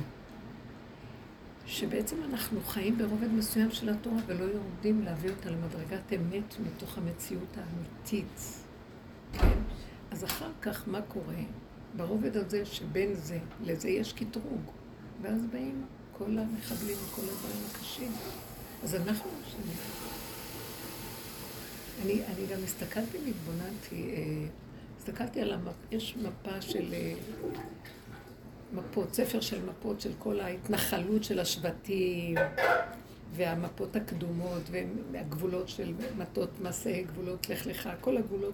שבעצם אנחנו חיים ברובד מסוים של התורה ולא יורדים להביא אותה למדרגת אמת מתוך המציאות האמיתית. כן? אז אחר כך מה קורה? ברובד הזה שבין זה לזה יש קטרוג. ואז באים כל המחבלים וכל הדברים הקשים. אז אנחנו אשמים. אני גם הסתכלתי הסתכלתי על יש מפה של מפות, ספר של מפות של כל ההתנחלות של השבטים והמפות הקדומות והגבולות של מטות מסעי גבולות לך לך, כל הגבולות.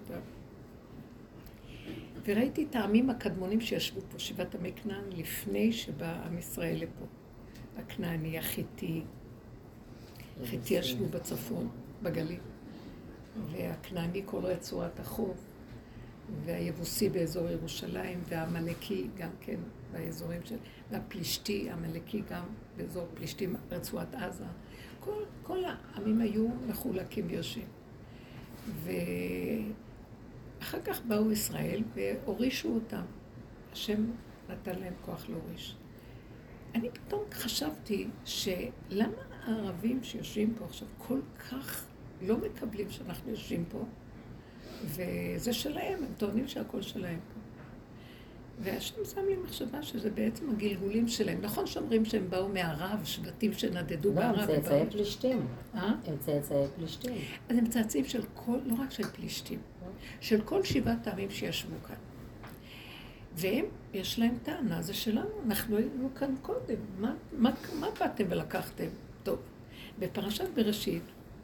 וראיתי את העמים הקדמונים שישבו פה, שבעת עמי כנען, לפני שבא עם ישראל לפה. הכנעני, החיטי, חיטי ישבו בצפון, בגליל, והכנעני כל רצועת החוף, והיבוסי באזור ירושלים, והמלאקי גם כן באזורים של, והפלישתי, המלאקי גם באזור פלישתים, רצועת עזה. כל העמים היו מחולקים ויושבים. ואחר כך באו ישראל והורישו אותם. השם נתן להם כוח להוריש. אני פתאום חשבתי שלמה הערבים שיושבים פה עכשיו כל כך לא מקבלים שאנחנו יושבים פה, וזה שלהם, הם טוענים שהכל שלהם פה. והשם שם לי מחשבה שזה בעצם הגלגולים שלהם. נכון שאומרים שהם באו מהערב, שבטים שנדדו בערב. הם צאצאי פלישתים. הם צאצאי פלישתים. אז הם צאצאים של כל, לא רק של פלישתים, של כל 7 העמים שישבו כאן. והם, יש להם טענה, זה שלנו, אנחנו היינו כאן קודם. מה באתם ולקחתם? טוב, בפרשת בראשית,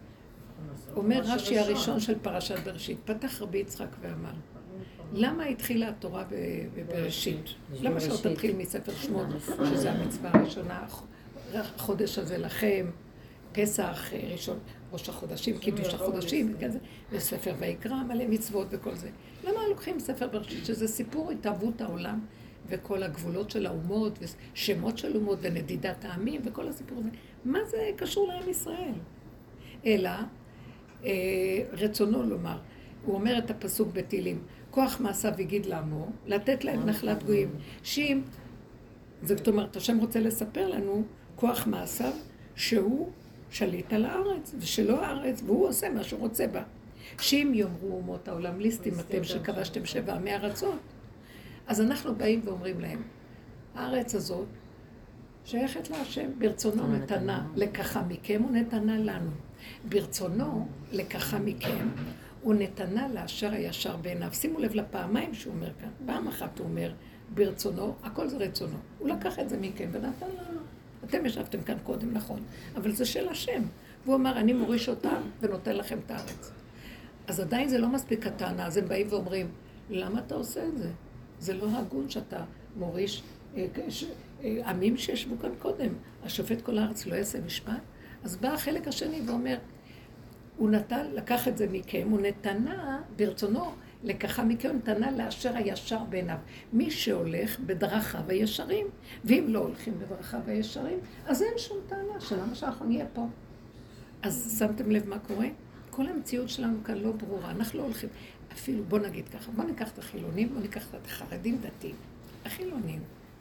אומר רש"י הראשון של פרשת בראשית, פתח רבי יצחק ואמר, למה התחילה התורה בבראשית? למה שלא תתחיל מספר שמות, שזה המצווה הראשונה, החודש הזה לכם, פסח ראשון, ראש החודשים, קידוש החודשים, וספר ויקרא, מלא מצוות וכל זה. למה לוקחים ספר בראשית, שזה סיפור התאבות העולם, וכל הגבולות של האומות, ושמות של אומות, ונדידת העמים, וכל הסיפור הזה? מה זה קשור לעם ישראל? אלא, רצונו לומר, הוא אומר את הפסוק בתהילים, כוח מעשיו הגיד לעמו, לתת להם נחלת גויים. שאם, זאת אומרת, השם רוצה לספר לנו, כוח מעשיו, שהוא שליט על הארץ, ושלא הארץ, והוא עושה מה שהוא רוצה בה. שאם יאמרו אומות העולם, ליסטים אתם שכבשתם 7 מארצות, אז אנחנו באים ואומרים להם, הארץ הזאת שייכת להשם, ברצונו נתנה לקחה מכם ונתנה לנו. ברצונו לקחה מכם ונתנה לאשר הישר בעיניו. שימו לב לפעמיים שהוא אומר כאן. פעם אחת הוא אומר ברצונו, הכל זה רצונו. הוא לקח את זה מכם ונתן לנו. אתם ישבתם כאן קודם, נכון, אבל זה של השם. והוא אמר, אני מוריש אותם ונותן לכם את הארץ. אז עדיין זה לא מספיק הטענה, אז הם באים ואומרים, למה אתה עושה את זה? זה לא הגון שאתה מוריש עמים שישבו כאן קודם. השופט כל הארץ לא יעשה משפט. אז בא החלק השני ואומר, הוא נתן, לקח את זה מכם, הוא נתנה ברצונו, לקחה מכם, נתנה לאשר הישר בעיניו. מי שהולך בדרכיו הישרים, ואם לא הולכים בדרכיו הישרים, אז אין שום טענה שלמה שאנחנו נהיה פה. אז שמתם לב מה קורה? כל המציאות שלנו כאן לא ברורה, אנחנו לא הולכים. אפילו, בוא נגיד ככה, בוא ניקח את החילונים, בוא ניקח את החרדים דתיים. החילונים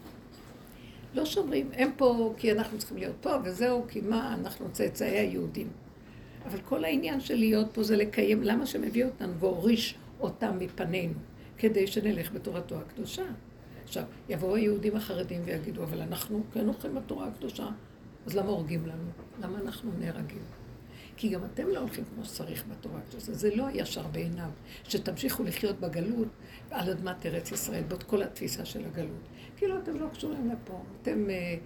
לא שומרים, הם פה כי אנחנו צריכים להיות פה, וזהו, כי מה, אנחנו צאצאי היהודים. אבל כל העניין של להיות פה זה לקיים, למה שמביא אותנו והוריש אותם מפנינו, כדי שנלך בתורתו הקדושה. עכשיו, יבואו היהודים החרדים ויגידו, אבל אנחנו כן הולכים בתורה הקדושה, אז למה הורגים לנו? למה אנחנו נהרגים? כי גם אתם לא הולכים כמו שצריך בתורה הקדושה. זה לא ישר בעיניו, שתמשיכו לחיות בגלות על אדמת ארץ ישראל, באות כל התפיסה של הגלות. כאילו אתם לא קשורים לפה, אתם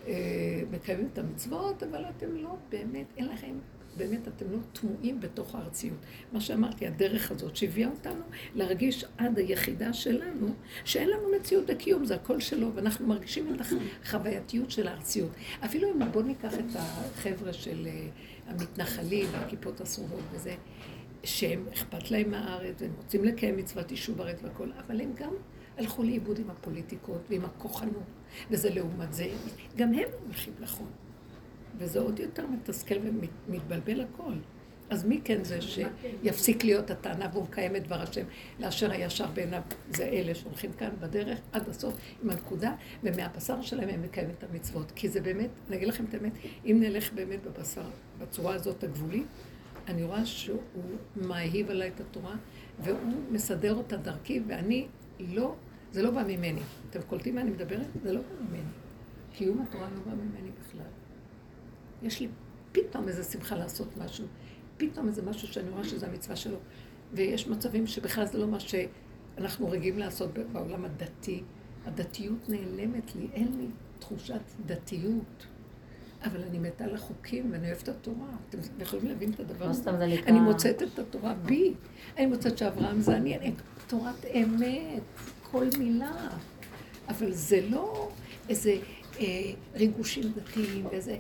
מקיימים את המצוות, אבל אתם לא באמת, אין לכם, באמת אתם לא תמוהים בתוך הארציות. מה שאמרתי, הדרך הזאת שהביאה אותנו להרגיש עד היחידה שלנו, שאין לנו מציאות הקיום, זה הכל שלו, ואנחנו מרגישים את החווייתיות של הארציות. אפילו אם בואו ניקח את החבר'ה של המתנחלים והכיפות הסרוגות וזה, שהם אכפת להם מהארץ, והם רוצים לקיים מצוות יישוב הארץ והכל, אבל הם גם הלכו לאיבוד עם הפוליטיקות ועם הכוחנות, וזה לעומת זה, גם הם הולכים לחון. וזה עוד יותר מתסכל ומתבלבל הכל. אז מי כן זה שיפסיק להיות הטענה והוא מקיים את דבר השם, לאשר הישר בעיניו, זה אלה שהולכים כאן בדרך עד הסוף עם הנקודה, ומהבשר שלהם הם מקיים את המצוות. כי זה באמת, אני אגיד לכם את האמת, אם נלך באמת בבשר, בצורה הזאת הגבולית, אני רואה שהוא מאהיב עליי את התורה, והוא מסדר אותה דרכי, ואני לא, זה לא בא ממני. אתם קולטים מה אני מדברת? זה לא בא ממני. קיום התורה לא בא ממני בכלל. יש לי פתאום איזו שמחה לעשות משהו, פתאום איזה משהו שאני רואה שזה המצווה שלו. ויש מצבים שבכלל זה לא מה שאנחנו רגילים לעשות בעולם הדתי. הדתיות נעלמת לי, אין לי תחושת דתיות. אבל אני מתה לחוקים ואני אוהבת את התורה. אתם יכולים להבין את הדבר הזה? אני מוצאת את התורה בי. אני מוצאת שאברהם זה אני תורת אמת, כל מילה. אבל זה לא איזה ריגושים דתיים ואיזה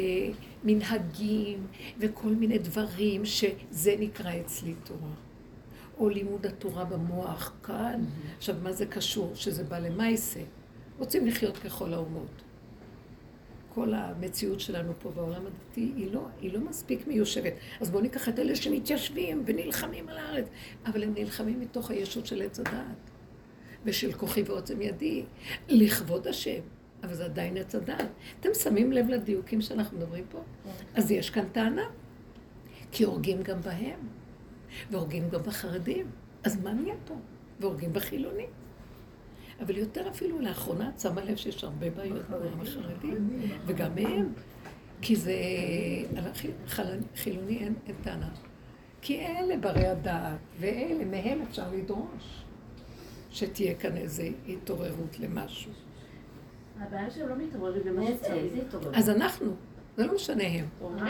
מנהגים וכל מיני דברים שזה נקרא אצלי תורה. או לימוד התורה במוח כאן. עכשיו, מה זה קשור? שזה בא למעשה. רוצים לחיות ככל האומות. כל המציאות שלנו פה בעולם הדתי היא לא מספיק מיושבת. אז בואו ניקח את אלה שמתיישבים ונלחמים על הארץ. אבל הם נלחמים מתוך הישות של עץ הדעת. ושל כוחי ועוצם ידי. לכבוד השם. אבל זה עדיין עץ הדעת. אתם שמים לב לדיוקים שאנחנו מדברים פה? אז יש כאן טענה. כי הורגים גם בהם. והורגים גם בחרדים. אז מה נהיה פה? והורגים בחילונים. אבל יותר אפילו לאחרונה שמה לב שיש הרבה בעיות בעולם החרדי, וגם מהם. כי זה, על חילוני אין טענה. כי אלה ברי הדעת, ואלה, מהם אפשר לדרוש שתהיה כאן איזו התעוררות למשהו. הבעיה שהם לא מתעוררים למה שצריך. אז אנחנו, זה לא משנה הם.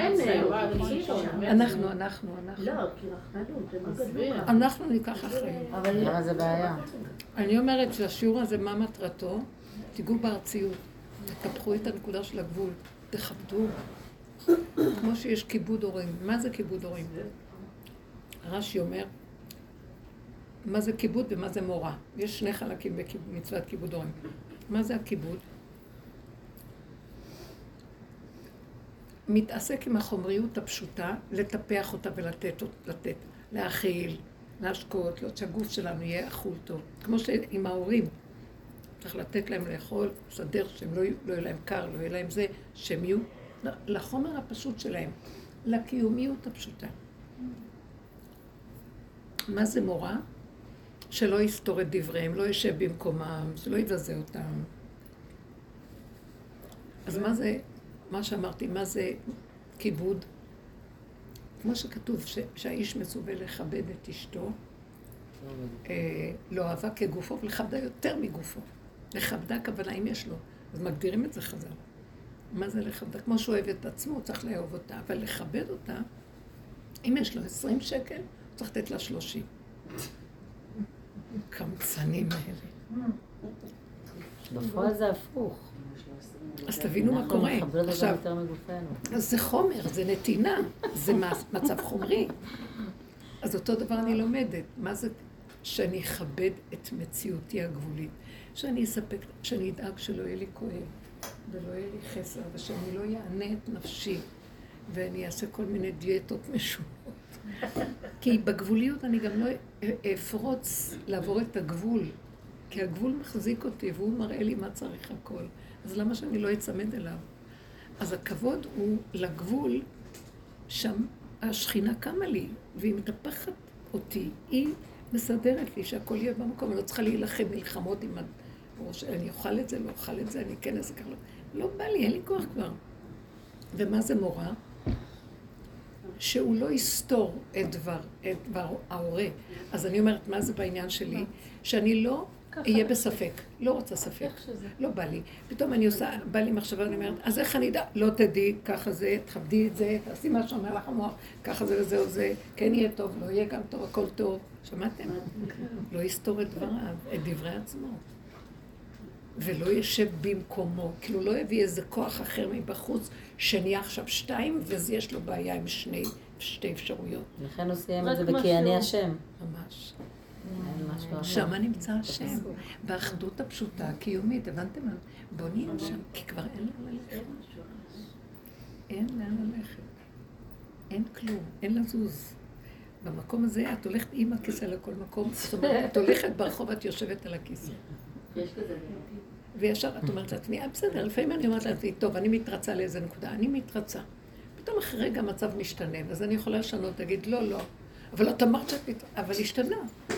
אנחנו. לא, כי רחמנות, הם גדלו. אנחנו ניקח אחריות. אבל זה בעיה. אני אומרת שהשיעור הזה, מה מטרתו? תיגעו בארציות, תקפחו את הנקודה של הגבול, תכבדו. כמו שיש כיבוד הורים. מה זה כיבוד הורים? רש"י אומר, מה זה כיבוד ומה זה מורא? יש שני חלקים במצוות כיבוד הורים. מה זה הכיבוד? מתעסק עם החומריות הפשוטה, לטפח אותה ולתת, להאכיל, להשקות, שהגוף שלנו יהיה אכול טוב. כמו שעם ההורים, צריך לתת להם לאכול, לסדר שהם לא יהיה להם קר, לא יהיה להם זה, שהם יהיו לחומר הפשוט שלהם, לקיומיות הפשוטה. מה זה מורא? שלא יסתור את דבריהם, לא ישב במקומם, שלא יבזה אותם. אז מה זה, מה שאמרתי, מה זה כיבוד? כמו שכתוב שהאיש מצווה לכבד את אשתו, לא אהבה כגופו, ולכבדה יותר מגופו. לכבדה הכוונה אם יש לו, אז מגדירים את זה חז"ל. מה זה לכבדה? כמו שהוא אוהב את עצמו, צריך לאהוב אותה, אבל לכבד אותה, אם יש לו 20 שקל, צריך לתת לה 30. קמצנים האלה. בפועל זה הפוך. אז תבינו מה קורה. אנחנו מכבדות את זה יותר מגופנו. אז זה חומר, זה נתינה, זה מצב חומרי. אז אותו דבר אני לומדת. מה זה שאני אכבד את מציאותי הגבולית? שאני אספק, שאני אדאג שלא יהיה לי כואב, ולא יהיה לי חסר, ושאני לא יענה את נפשי, ואני אעשה כל מיני דיאטות משונות. כי בגבוליות אני גם לא אפרוץ לעבור את הגבול, כי הגבול מחזיק אותי, והוא מראה לי מה צריך הכל. אז למה שאני לא אצמד אליו? אז הכבוד הוא לגבול, שם השכינה קמה לי, והיא מטפחת אותי, היא מסדרת לי שהכל יהיה במקום, אני לא צריכה להילחם מלחמות עם הראש, אני אוכל את זה, לא אוכל את זה, אני כן אעשה ככה, לא בא לי, אין לי כוח כבר. ומה זה מורא? שהוא לא יסתור את דבר ההורה. אז אני אומרת, מה זה בעניין שלי? שאני לא אהיה בספק, לא רוצה ספק, לא בא לי. פתאום אני עושה, בא לי מחשבה, אני אומרת, אז איך אני אדע? לא תדעי, ככה זה, תכבדי את זה, תעשי מה שאומר לך המוח, ככה זה וזהו זה, כן יהיה טוב, לא יהיה גם טוב, הכל טוב. שמעתם? לא יסתור את דבריו, את דברי עצמו. ולא ישב במקומו, כאילו לא יביא איזה כוח אחר מבחוץ, שנהיה עכשיו 2, וזה יש לו בעיה עם שתי אפשרויות. לכן עושים את זה בכי אני השם. ממש. שם נמצא השם, באחדות הפשוטה, הקיומית, הבנתם מה? בוא נהיה שם, כי כבר אין לאן ללכת. אין לאן ללכת. אין כלום, אין לזוז. במקום הזה את הולכת עם הכיסא לכל מקום, זאת אומרת, את הולכת ברחוב, את יושבת על הכיסא. יש כזה. וישר את אומרת לעצמי, בסדר, לפעמים אני אומרת לעצמי, טוב, אני מתרצה לאיזה נקודה, אני מתרצה. פתאום אחרי רגע המצב משתנה, אז אני יכולה לשנות, להגיד, לא, אבל את אמרת שאת מתרצה, אבל השתנה.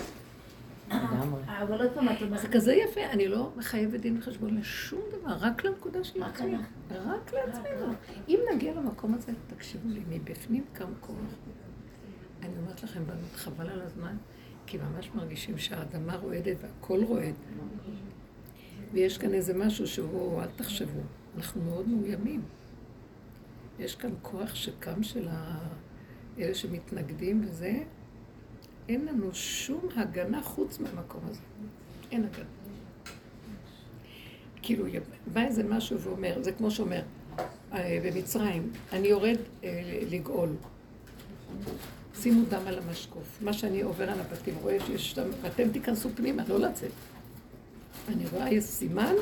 אבל עוד פעם את אומרת... זה כזה יפה, אני לא מחייבת דין וחשבון לשום דבר, רק לנקודה של עצמי. רק לעצמי. אם נגיע למקום הזה, תקשיבו לי, מבפנים קם כוח. אני אומרת לכם, בנות, חבל על הזמן, כי ממש מרגישים שהאדמה רועדת והכל רועד. ויש כאן איזה משהו שהוא, אל תחשבו, אנחנו מאוד מאוימים. יש כאן כוח שקם של אלה שמתנגדים וזה, אין לנו שום הגנה חוץ מהמקום הזה. אין הגנה. כאילו, בא איזה משהו ואומר, זה כמו שאומר, במצרים, אני יורד לגאול. שימו דם על המשקוף. מה שאני עובר על הבתים, רואה שיש דם, ואתם תיכנסו פנימה, לא לצאת. אני רואה, יש סימן,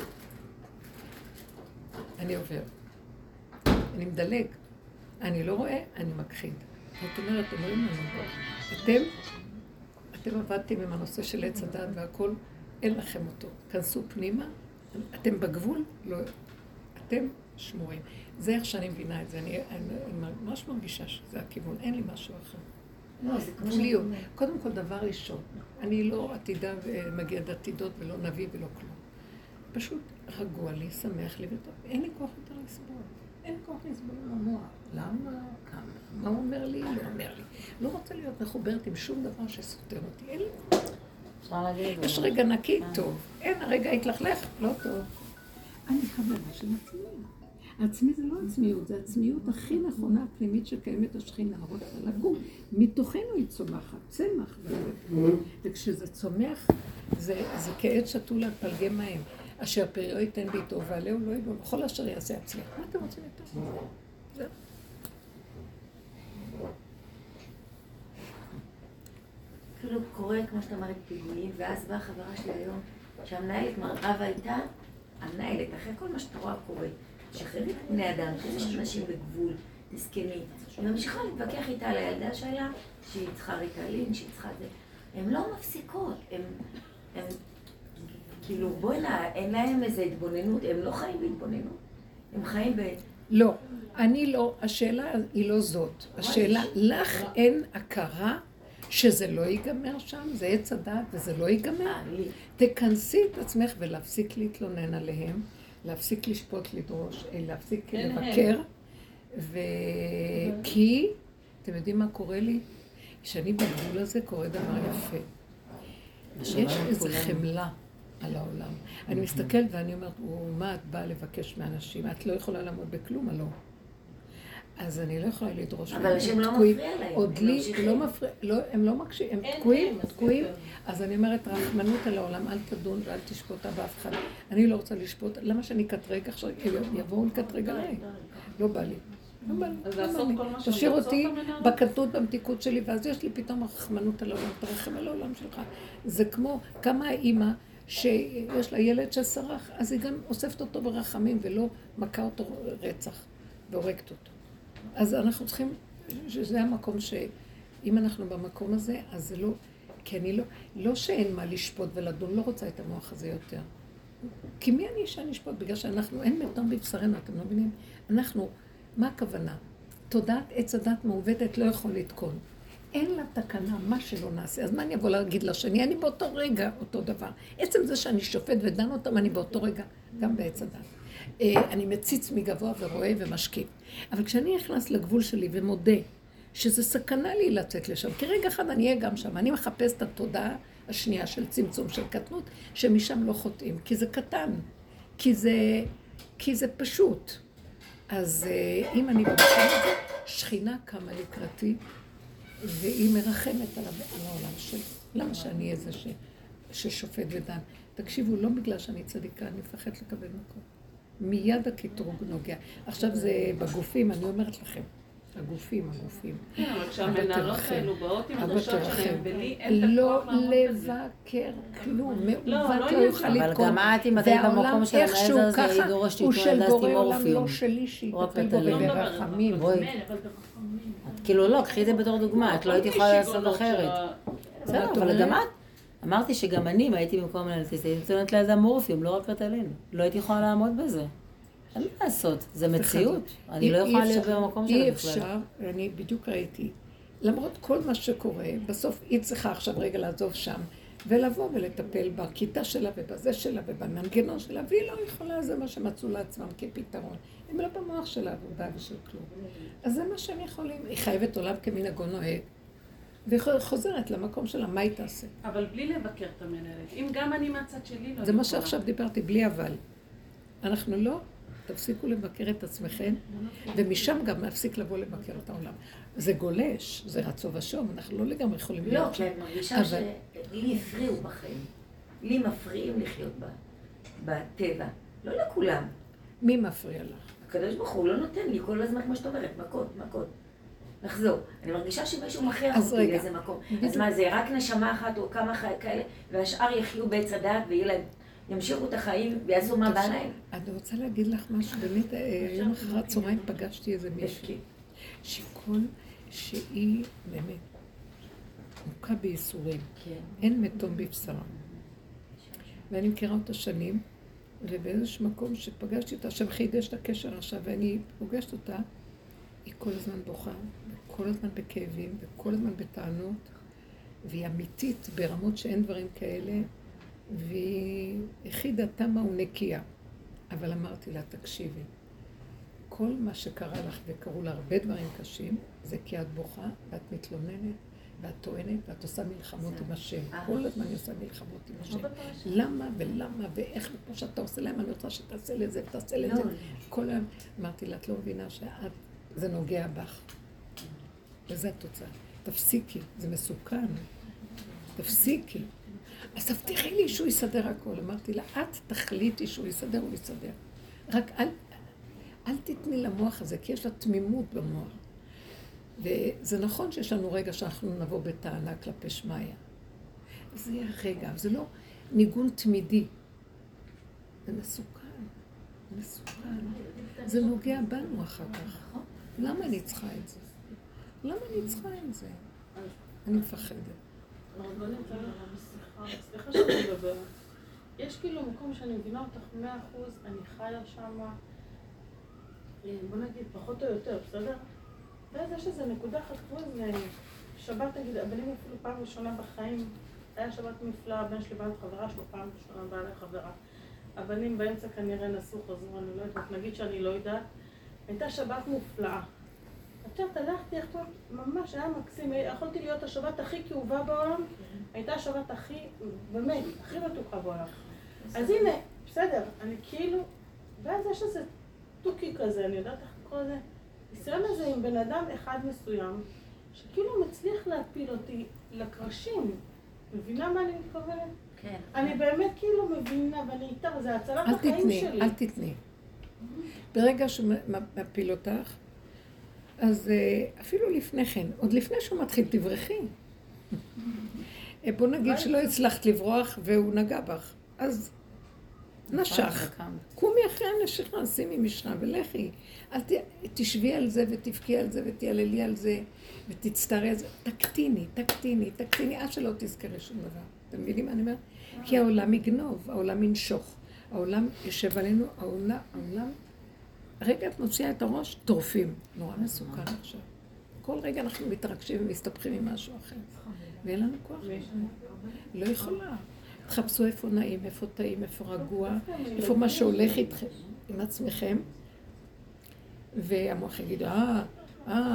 אני עובר. אני מדלג. אני לא רואה, אני מכחיד. זאת אומרת, אומרים לנו, אתם עבדתם עם הנושא של עץ הדת והכל, אין לכם אותו. כנסו פנימה, אתם בגבול, לא, אתם שמורים. זה איך שאני מבינה את זה, אני ממש מרגישה שזה הכיוון, אין לי משהו אחר. לא, זה כמו גבוליות. קודם כל, דבר ראשון, אני לא עתידה ומגיעת עתידות ולא נביא ולא כלום. פשוט רגוע לי, שמח לי וטוב. אין לי כוח יותר לסבול. אין כוח לסבול למוח. למה? כמה? מה הוא אומר לי? לא אומר לי. לא רוצה להיות מחוברת עם שום דבר שסותר אותי. אין לי. אפשר להגיד. יש רגע נקי, טוב. אין, הרגע התלכלך, לא טוב. אני חברה של עצמי. עצמי זה לא עצמיות, זה עצמיות הכי נכונה, הפנימית שקיימת השכינה, רוצה לגור. מתוכנו היא צומחת, צמח. וכשזה צומח, זה כעת שתול על פלגי מים. אשר פריו ייתן ביתו, ועלהו לא יבוא, בכל אשר יעשה הצליח. מה אתם רוצים יותר? זהו. כאילו קורה, כמו שאתה אומרת, פיגועים, ואז באה חברה שלי היום, שהמנהלת רבה איתה, המנהלת, אחרי כל מה שאתה רואה קורה, שחררי בני אדם, יש אנשים בגבול, תסכמי, היא ממשיכה להתווכח איתה על הילדה שלה, שהיא צריכה ריטלין, שהיא צריכה זה. הן לא מפסיקות, הן כאילו, בוא'נה, אין להם איזו התבוננות, הם לא חיים בהתבוננות, הם חיים ב... לא, אני לא, השאלה היא לא זאת. השאלה, לך אין הכרה שזה לא ייגמר שם, זה עץ הדעת וזה לא ייגמר. תכנסי את עצמך ולהפסיק להתלונן עליהם, להפסיק לשפוט, לדרוש, להפסיק לבקר, כי, אתם יודעים מה קורה לי? כשאני בגבול הזה קורה דבר יפה. יש איזו חמלה על העולם. אני מסתכלת ואני אומרת, מה את באה לבקש מאנשים? את לא יכולה לעמוד בכלום, לא. אז אני לא יכולה לדרוש. אבל השם לא מפריע להם. עוד לי, לא מפריע, הם לא מקשיבים, הם תקועים. אז אני אומרת, רחמנות על העולם, אל תדון ואל תשפוט באף אחד. אני לא רוצה לשפוט, למה שאני קטרג עכשיו? יבואו לקטרג עליי. לא בא לי. לא בא לי. תשאיר אותי בקטנות, במתיקות שלי, ואז יש לי פתאום רחמנות על העולם, תרחם על העולם שלך. זה כמו כמה האימא שיש לה ילד שסרח, אז היא גם אוספת אותו ברחמים ולא מכה אותו רצח והורגת אותו. אז אנחנו צריכים, שזה המקום שאם אנחנו במקום הזה, אז זה לא, כי אני לא שאין מה לשפוט ולדון, לא רוצה את המוח הזה יותר. כי מי אני אישה לשפוט? בגלל שאנחנו, אין מתם בבשרנו, אתם לא מבינים? אנחנו, מה הכוונה? תודעת עץ הדת מעוותת לא יכול לתקון. אין לה תקנה, מה שלא נעשה. אז מה אני אבוא להגיד לשני? אני באותו רגע אותו דבר. עצם זה שאני שופט ודן אותם, אני באותו רגע גם בעץ הדת. אני מציץ מגבוה ורואה ומשקיף. אבל כשאני נכנס לגבול שלי ומודה שזה סכנה לי לצאת לשם. כי רגע אחד אני אהיה גם שם. אני מחפש את התודעה השנייה של צמצום, של קטנות, שמשם לא חוטאים. כי זה קטן. כי זה פשוט. אז אם אני במקום הזה, שכינה קמה לקראתי, והיא מרחמת על העולם שלי. למה שאני אהיה זה ששופט ודן? תקשיבו, לא בגלל שאני צדיקה, אני מפחד לקבל מקום. מיד הקטרוג נוגע. עכשיו זה בגופים, אני אומרת לכם. הגופים. כן, אבל כשהמנהלות האלו באות עם הדרשות שלהם, ולי אין את לא הכוח לעמוד בזה. לבקר כלום, מעוות לא יוכל אבל לתקון. גם את אם אתם במקום של המנהל הזה, היא דורשת הוא איתו של ילדה בורא עולם, סטימורפיום. לא שלי, שיטפל בו רטלין. ברחמים. כאילו לא, קחי את זה בתור דוגמה, את לא הייתי יכולה לעשות אחרת. בסדר, אבל גם את. אמרתי שגם אני, אם הייתי במקום המנהלת, הייתי נותנת לילדה מורפיום, לא רק רטלין. לא הייתי יכולה לעמוד בזה. אין מה לעשות, זה מציאות. אני לא יכולה להיות במקום שלה בכלל. אי אפשר, אני בדיוק ראיתי, למרות כל מה שקורה, בסוף היא צריכה עכשיו רגע לעזוב שם, ולבוא ולטפל בכיתה שלה ובזה שלה ובמנגנון שלה, והיא לא יכולה, זה מה שמצאו לעצמם כפתרון. הם לא במוח של העבודה ושל כלום. אז זה מה שהם יכולים. היא חייבת עולם כמנהגו נוהג, והיא חוזרת למקום שלה, מה היא תעשה? אבל בלי לבקר את המנהלת. אם גם אני מהצד שלי לא... זה מה שעכשיו דיברתי, בלי אבל. אנחנו לא... תפסיקו לבקר את עצמכם, ומשם גם להפסיק לבוא לבקר את העולם. זה גולש, זה רצו ושום, אנחנו לא לגמרי יכולים להיות. לא, כי אני מרגישה שלי הפריעו בחיים. לי מפריעים לחיות בטבע. לא לכולם. מי מפריע לך? הקדוש ברוך הוא לא נותן לי כל הזמן, כמו שאת אומרת, מכות. לחזור. אני מרגישה שמישהו מכריח אותי לאיזה מקום. אז מה, זה רק נשמה אחת או כמה כאלה, והשאר יחיו בעץ הדעת ויהיה להם... ימשיכו את החיים ויעשו מה בא להם. אני רוצה להגיד לך משהו, באמת, יום אחרת צהריים פגשתי איזה מישהי, שהיא באמת מוכה בייסורים, אין מתום בבשרה. ואני מכירה אותה שנים, ובאיזשהו מקום שפגשתי אותה, שם חידש את הקשר עכשיו, ואני פוגשת אותה, היא כל הזמן בוכה, כל הזמן בכאבים, וכל הזמן בטענות, והיא אמיתית ברמות שאין דברים כאלה, והיא יחידה תמה ונקייה. אבל אמרתי לה, תקשיבי, כל מה שקרה לך וקראו לה הרבה דברים קשים, זה כי את בוכה ואת מתלוננת ואת טוענת ואת עושה מלחמות עם השם. כל הזמן היא עושה מלחמות עם השם. למה ולמה ואיך ופה שאתה עושה להם, אני רוצה שתעשה לזה ותעשה לזה. כל היום אמרתי לה, את לא מבינה שאת, זה נוגע בך. וזה התוצאה. תפסיקי, זה מסוכן. תפסיקי. אז תבטיחי לי שהוא יסדר הכל. אמרתי לה, את תחליטי שהוא יסדר, הוא יסדר. רק אל תתני למוח הזה, כי יש לה תמימות במוח. וזה נכון שיש לנו רגע שאנחנו נבוא בטענה כלפי שמיה. זה יהיה רגע, זה לא ניגון תמידי. זה מסוכן, מסוכן. זה נוגע בנו אחר כך. למה אני צריכה את זה? למה אני צריכה את זה? אני מפחדת. סליחה שאני מדברת. יש כאילו מקום שאני מבינה אותך 100%, אני חיה שמה, בוא נגיד, פחות או יותר, בסדר? ואז יש איזו נקודה אחת כמו איזה שבת, נגיד, הבנים אפילו פעם ראשונה בחיים, היה שבת נפלא, הבן שלי בא עם חברה שלו, פעם ראשונה באה לחברה. הבנים באמצע כנראה נסו, חזרו, אני לא יודעת, נגיד שאני לא יודעת. הייתה שבת מופלאה. עכשיו הלכתי, ממש היה מקסים, יכולתי להיות השבת הכי כאובה בעולם, הייתה השבת הכי, באמת, הכי מתוקה בעולם. אז הנה, בסדר, אני כאילו, ואז יש איזה טוקי כזה, אני יודעת איך לקרוא לזה, ניסיון הזה עם בן אדם אחד מסוים, שכאילו מצליח להפיל אותי לקרשים. מבינה מה אני מתכוונת? כן. אני באמת כאילו מבינה, ואני איתה, וזה הצלת החיים שלי. אל תתני. ברגע שמפיל אותך, אז אפילו לפני כן, עוד לפני שהוא מתחיל, תברחי. בוא נגיד שלא הצלחת לברוח והוא נגע בך. אז נשך. קומי אחרי הנשיכה, שימי משנה ולכי. אל תשבי על זה ותבכי על זה ותיעללי על זה ותצטרי על זה. תקטיני, עד שלא תזכרי שום דבר. אתם מבינים מה אני אומרת? כי העולם יגנוב, העולם ינשוך. העולם יושב עלינו, העולם... הרגע את מוציאה את הראש, טורפים. נורא מסוכן עכשיו. כל רגע אנחנו מתרגשים ומסתבכים עם משהו אחר. ואין לנו כוח. לא יכולה. תחפשו איפה נעים, איפה טעים, איפה רגוע, איפה מה שהולך איתכם, עם עצמכם. והמוח יגיד,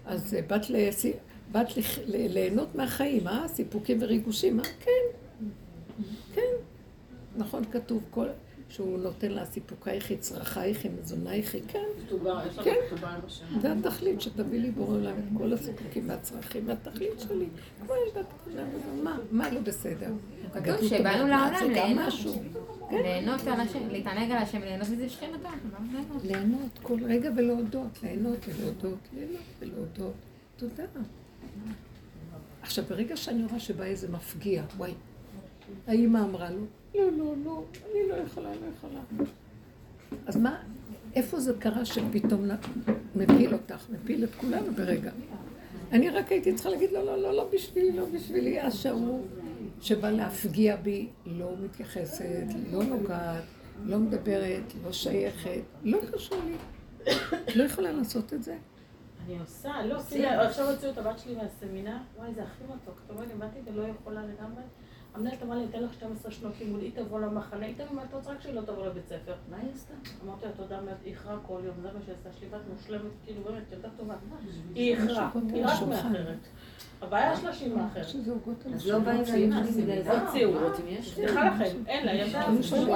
אז באת ליהנות מהחיים, סיפוקים וריגושים, כן, כן. נכון, כתוב שהוא נותן לה סיפוקייך, צרכייך, מזונייך, כן. כן. זה התכלית שתביא לי בורא עולם את כל הסיפוקים והצרכים, והתכלית שלי. כמו ילדה קטנה, מה לא בסדר? כתוב שבאנו לעולם ליהנות אנשים, להתענג על השם, ליהנות מזה שכנתו. ליהנות כל רגע ולהודות, ליהנות ולהודות, ליהנות ולהודות. תודה. עכשיו, ברגע שאני רואה שבא איזה מפגיע, וואי, האמא אמרה לו, לא, אני לא יכולה. אז מה, איפה זה קרה שפתאום מפיל אותך, מפיל את כולנו ברגע? אני רק הייתי צריכה להגיד, לא בשבילי, אז שהוא שבא להפגיע בי, לא מתייחסת, לא נוגעת, לא מדברת, לא שייכת, לא קשור לי. לא יכולה לעשות את זה. אני עושה, לא, עכשיו הוציאו את הבת שלי מהסמינר, וואי, זה הכי מתוק. אתה אומר, אני באתי ולא יכולה לגמרי. המנהלת אמרה לי, אתן לך 12 שנות לימוד, היא תבוא למחנה, היא תבוא מה את רוצה רק שהיא לא תבוא לבית ספר. מה היא עשתה? אמרתי לה, תודה, היא איחרה כל יום, זה מה שעשתה, יש לי בת מושלמת, כאילו באמת, ילדה טובה. היא איחרה, היא רק מאחרת. הבעיה שלה שהיא מאחרת. אז לא באים לאמא בגלל זה. הוציאו, סליחה לכם, אין לה, ילדה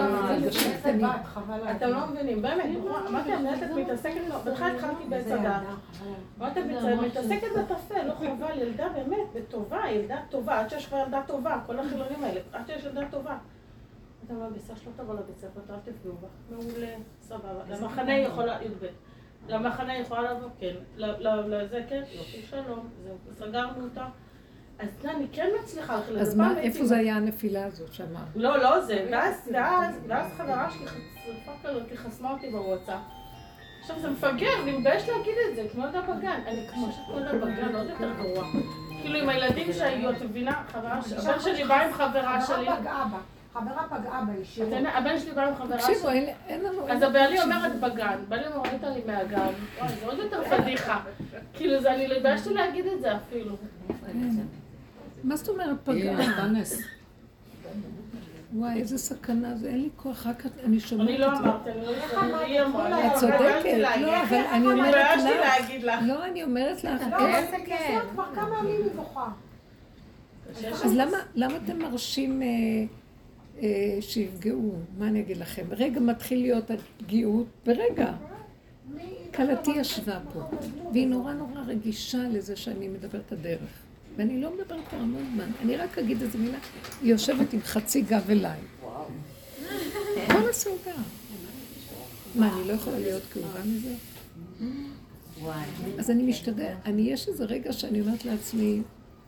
אתם לא מבינים, באמת, אמרתי, המנהלת מתעסקת, בתחילה התחלתי בצדה. אמרתי, מתעסקת בטפל, לא חבל, ילדה באמת, בטובה, ילדה טובה, עד שיש כבר ילדה טובה, כל החילונים האלה, עד שיש ילדה טובה. אתה אומר, בסדר שלא תבוא לבית ספר, אל תפגעו בה, מעולה, סבבה. למחנה היא יכולה, י"ב. למחנה היא יכולה לבוא, כן. לזה, כן, יופי, שלום, זהו, סגרנו אותה. אז אני כן מצליחה לך לזה. אז מה, איפה זה היה הנפילה הזאת שמה? לא, זה, ואז חברה שלי שרפה כזאת, היא חסמה אותי בוואטסאפ. עכשיו זה מפגר, אני מבייש להגיד את זה, כמו ילדה בגן. אני כמו שכל ילדה בגן, עוד יותר גרוע. כאילו עם הילדים שהיו, את מבינה, הבן שלי בא עם חברה שלי. חברה פגעה באישור. הבן שלי בא עם חברה שלי. תקשיבו, אין לנו... אז הבעלי אומרת בגן, בעלי אומרת לי מהגן. וואי, זה עוד יותר פדיחה. כאילו, אני לא ביישתי להגיד את זה אפילו. מה זאת אומרת פגעה? וואי, איזה סכנה, זה אין לי כוח, רק אני שומעת את זה. אני לא אמרתי, אני לא יכולה. את צודקת, לא, אבל אני אומרת לך. לא, אני אומרת לך. לא, אבל זה כסר כבר כמה ימים מבוכה. אז למה אתם מרשים שיפגעו? מה אני אגיד לכם? ברגע מתחיל להיות הפגיעות, ברגע. קלתי ישבה פה, והיא נורא רגישה לזה שאני מדברת הדרך. ואני לא מדברת כבר המון זמן, אני רק אגיד איזה מילה, היא יושבת עם חצי גב אליי. כל הסעודה. מה, אני לא יכולה להיות כאובה מזה? אז אני משתדל, יש איזה רגע שאני אומרת לעצמי,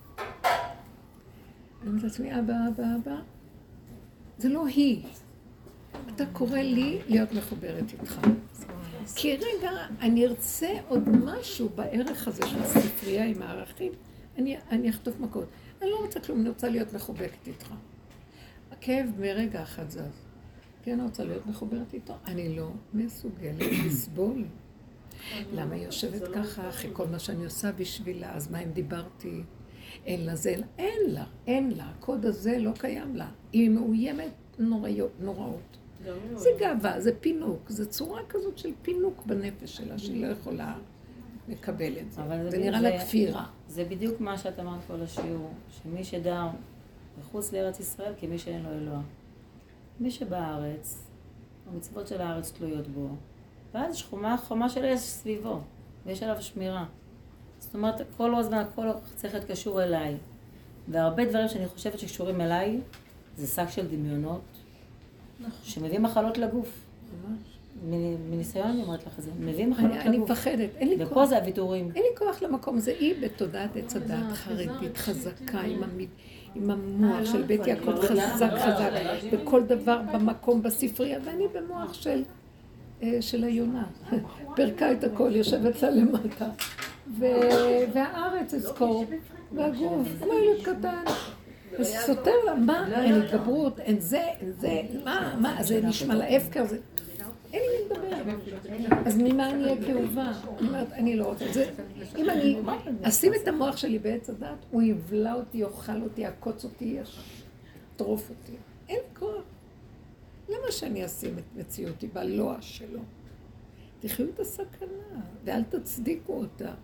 אבא, זה לא היא. אתה קורא לי להיות מחוברת איתך. כי רגע, אני ארצה עוד משהו בערך הזה של הספרייה עם הערכים, אני אחטוף מכות. אני לא רוצה כלום, אני רוצה להיות מחובקת איתך. הכאב מרגע אחד זז. כי אני רוצה להיות מחוברת איתו. אני לא מסוגלת לסבול. למה היא יושבת ככה, אחרי כל מה שאני עושה בשבילה, אז מה אם דיברתי? אין לה זה, אין לה. הקוד הזה לא קיים לה. היא מאוימת נוראות. זה גאווה, זה פינוק, זה צורה כזאת של פינוק בנפש שלה, שהיא לא יכולה לקבל את זה. זה נראה לה כפירה. זה בדיוק מה שאת אמרת פה לשיעור, שמי שדר מחוץ לארץ ישראל כמי שאין לו אלוה. מי שבארץ, המצוות של הארץ תלויות בו, ואז יש חומה של אש סביבו, ויש עליו שמירה. זאת אומרת, כל הזמן, הכל צריך להיות קשור אליי. והרבה דברים שאני חושבת שקשורים אליי, זה שק של דמיונות, שמביא מחלות לגוף. מניסיון אני אומרת לך את זה, מביא מחלות לגוף. אני מפחדת, אין לי כוח. ופה זה הוויתורים. אין לי כוח למקום הזה. היא בתודעת עץ הדת חרדית, חזקה, עם המוח של בית יעקב חזק, בכל דבר במקום, בספרייה, ואני במוח של היונה. פרקה את הכל, יושבת לה למטה. והארץ אזכור, והגוף, כמו ילד קטן. אז סותר לה, מה? אין התגברות, אין זה, מה? זה נשמע להפקר, זה... אין לי לדבר. אז ממה אני אהיה כאובה? אני אומרת, אני לא רוצה. אם אני אשים את המוח שלי בעץ הדת, הוא יבלע אותי, יאכל אותי, יעקוץ אותי, יטרוף אותי. אין כוח. למה שאני אשים את מציאותי בלוע שלו? תחיו את הסכנה, ואל תצדיקו אותה.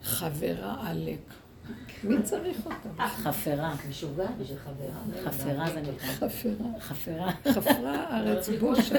חברה עלק. מי צריך אותה? חפרה. משוגע בשביל חברה. חפרה זה נקרא. חפרה. חפרה. חפרה ארץ בושה.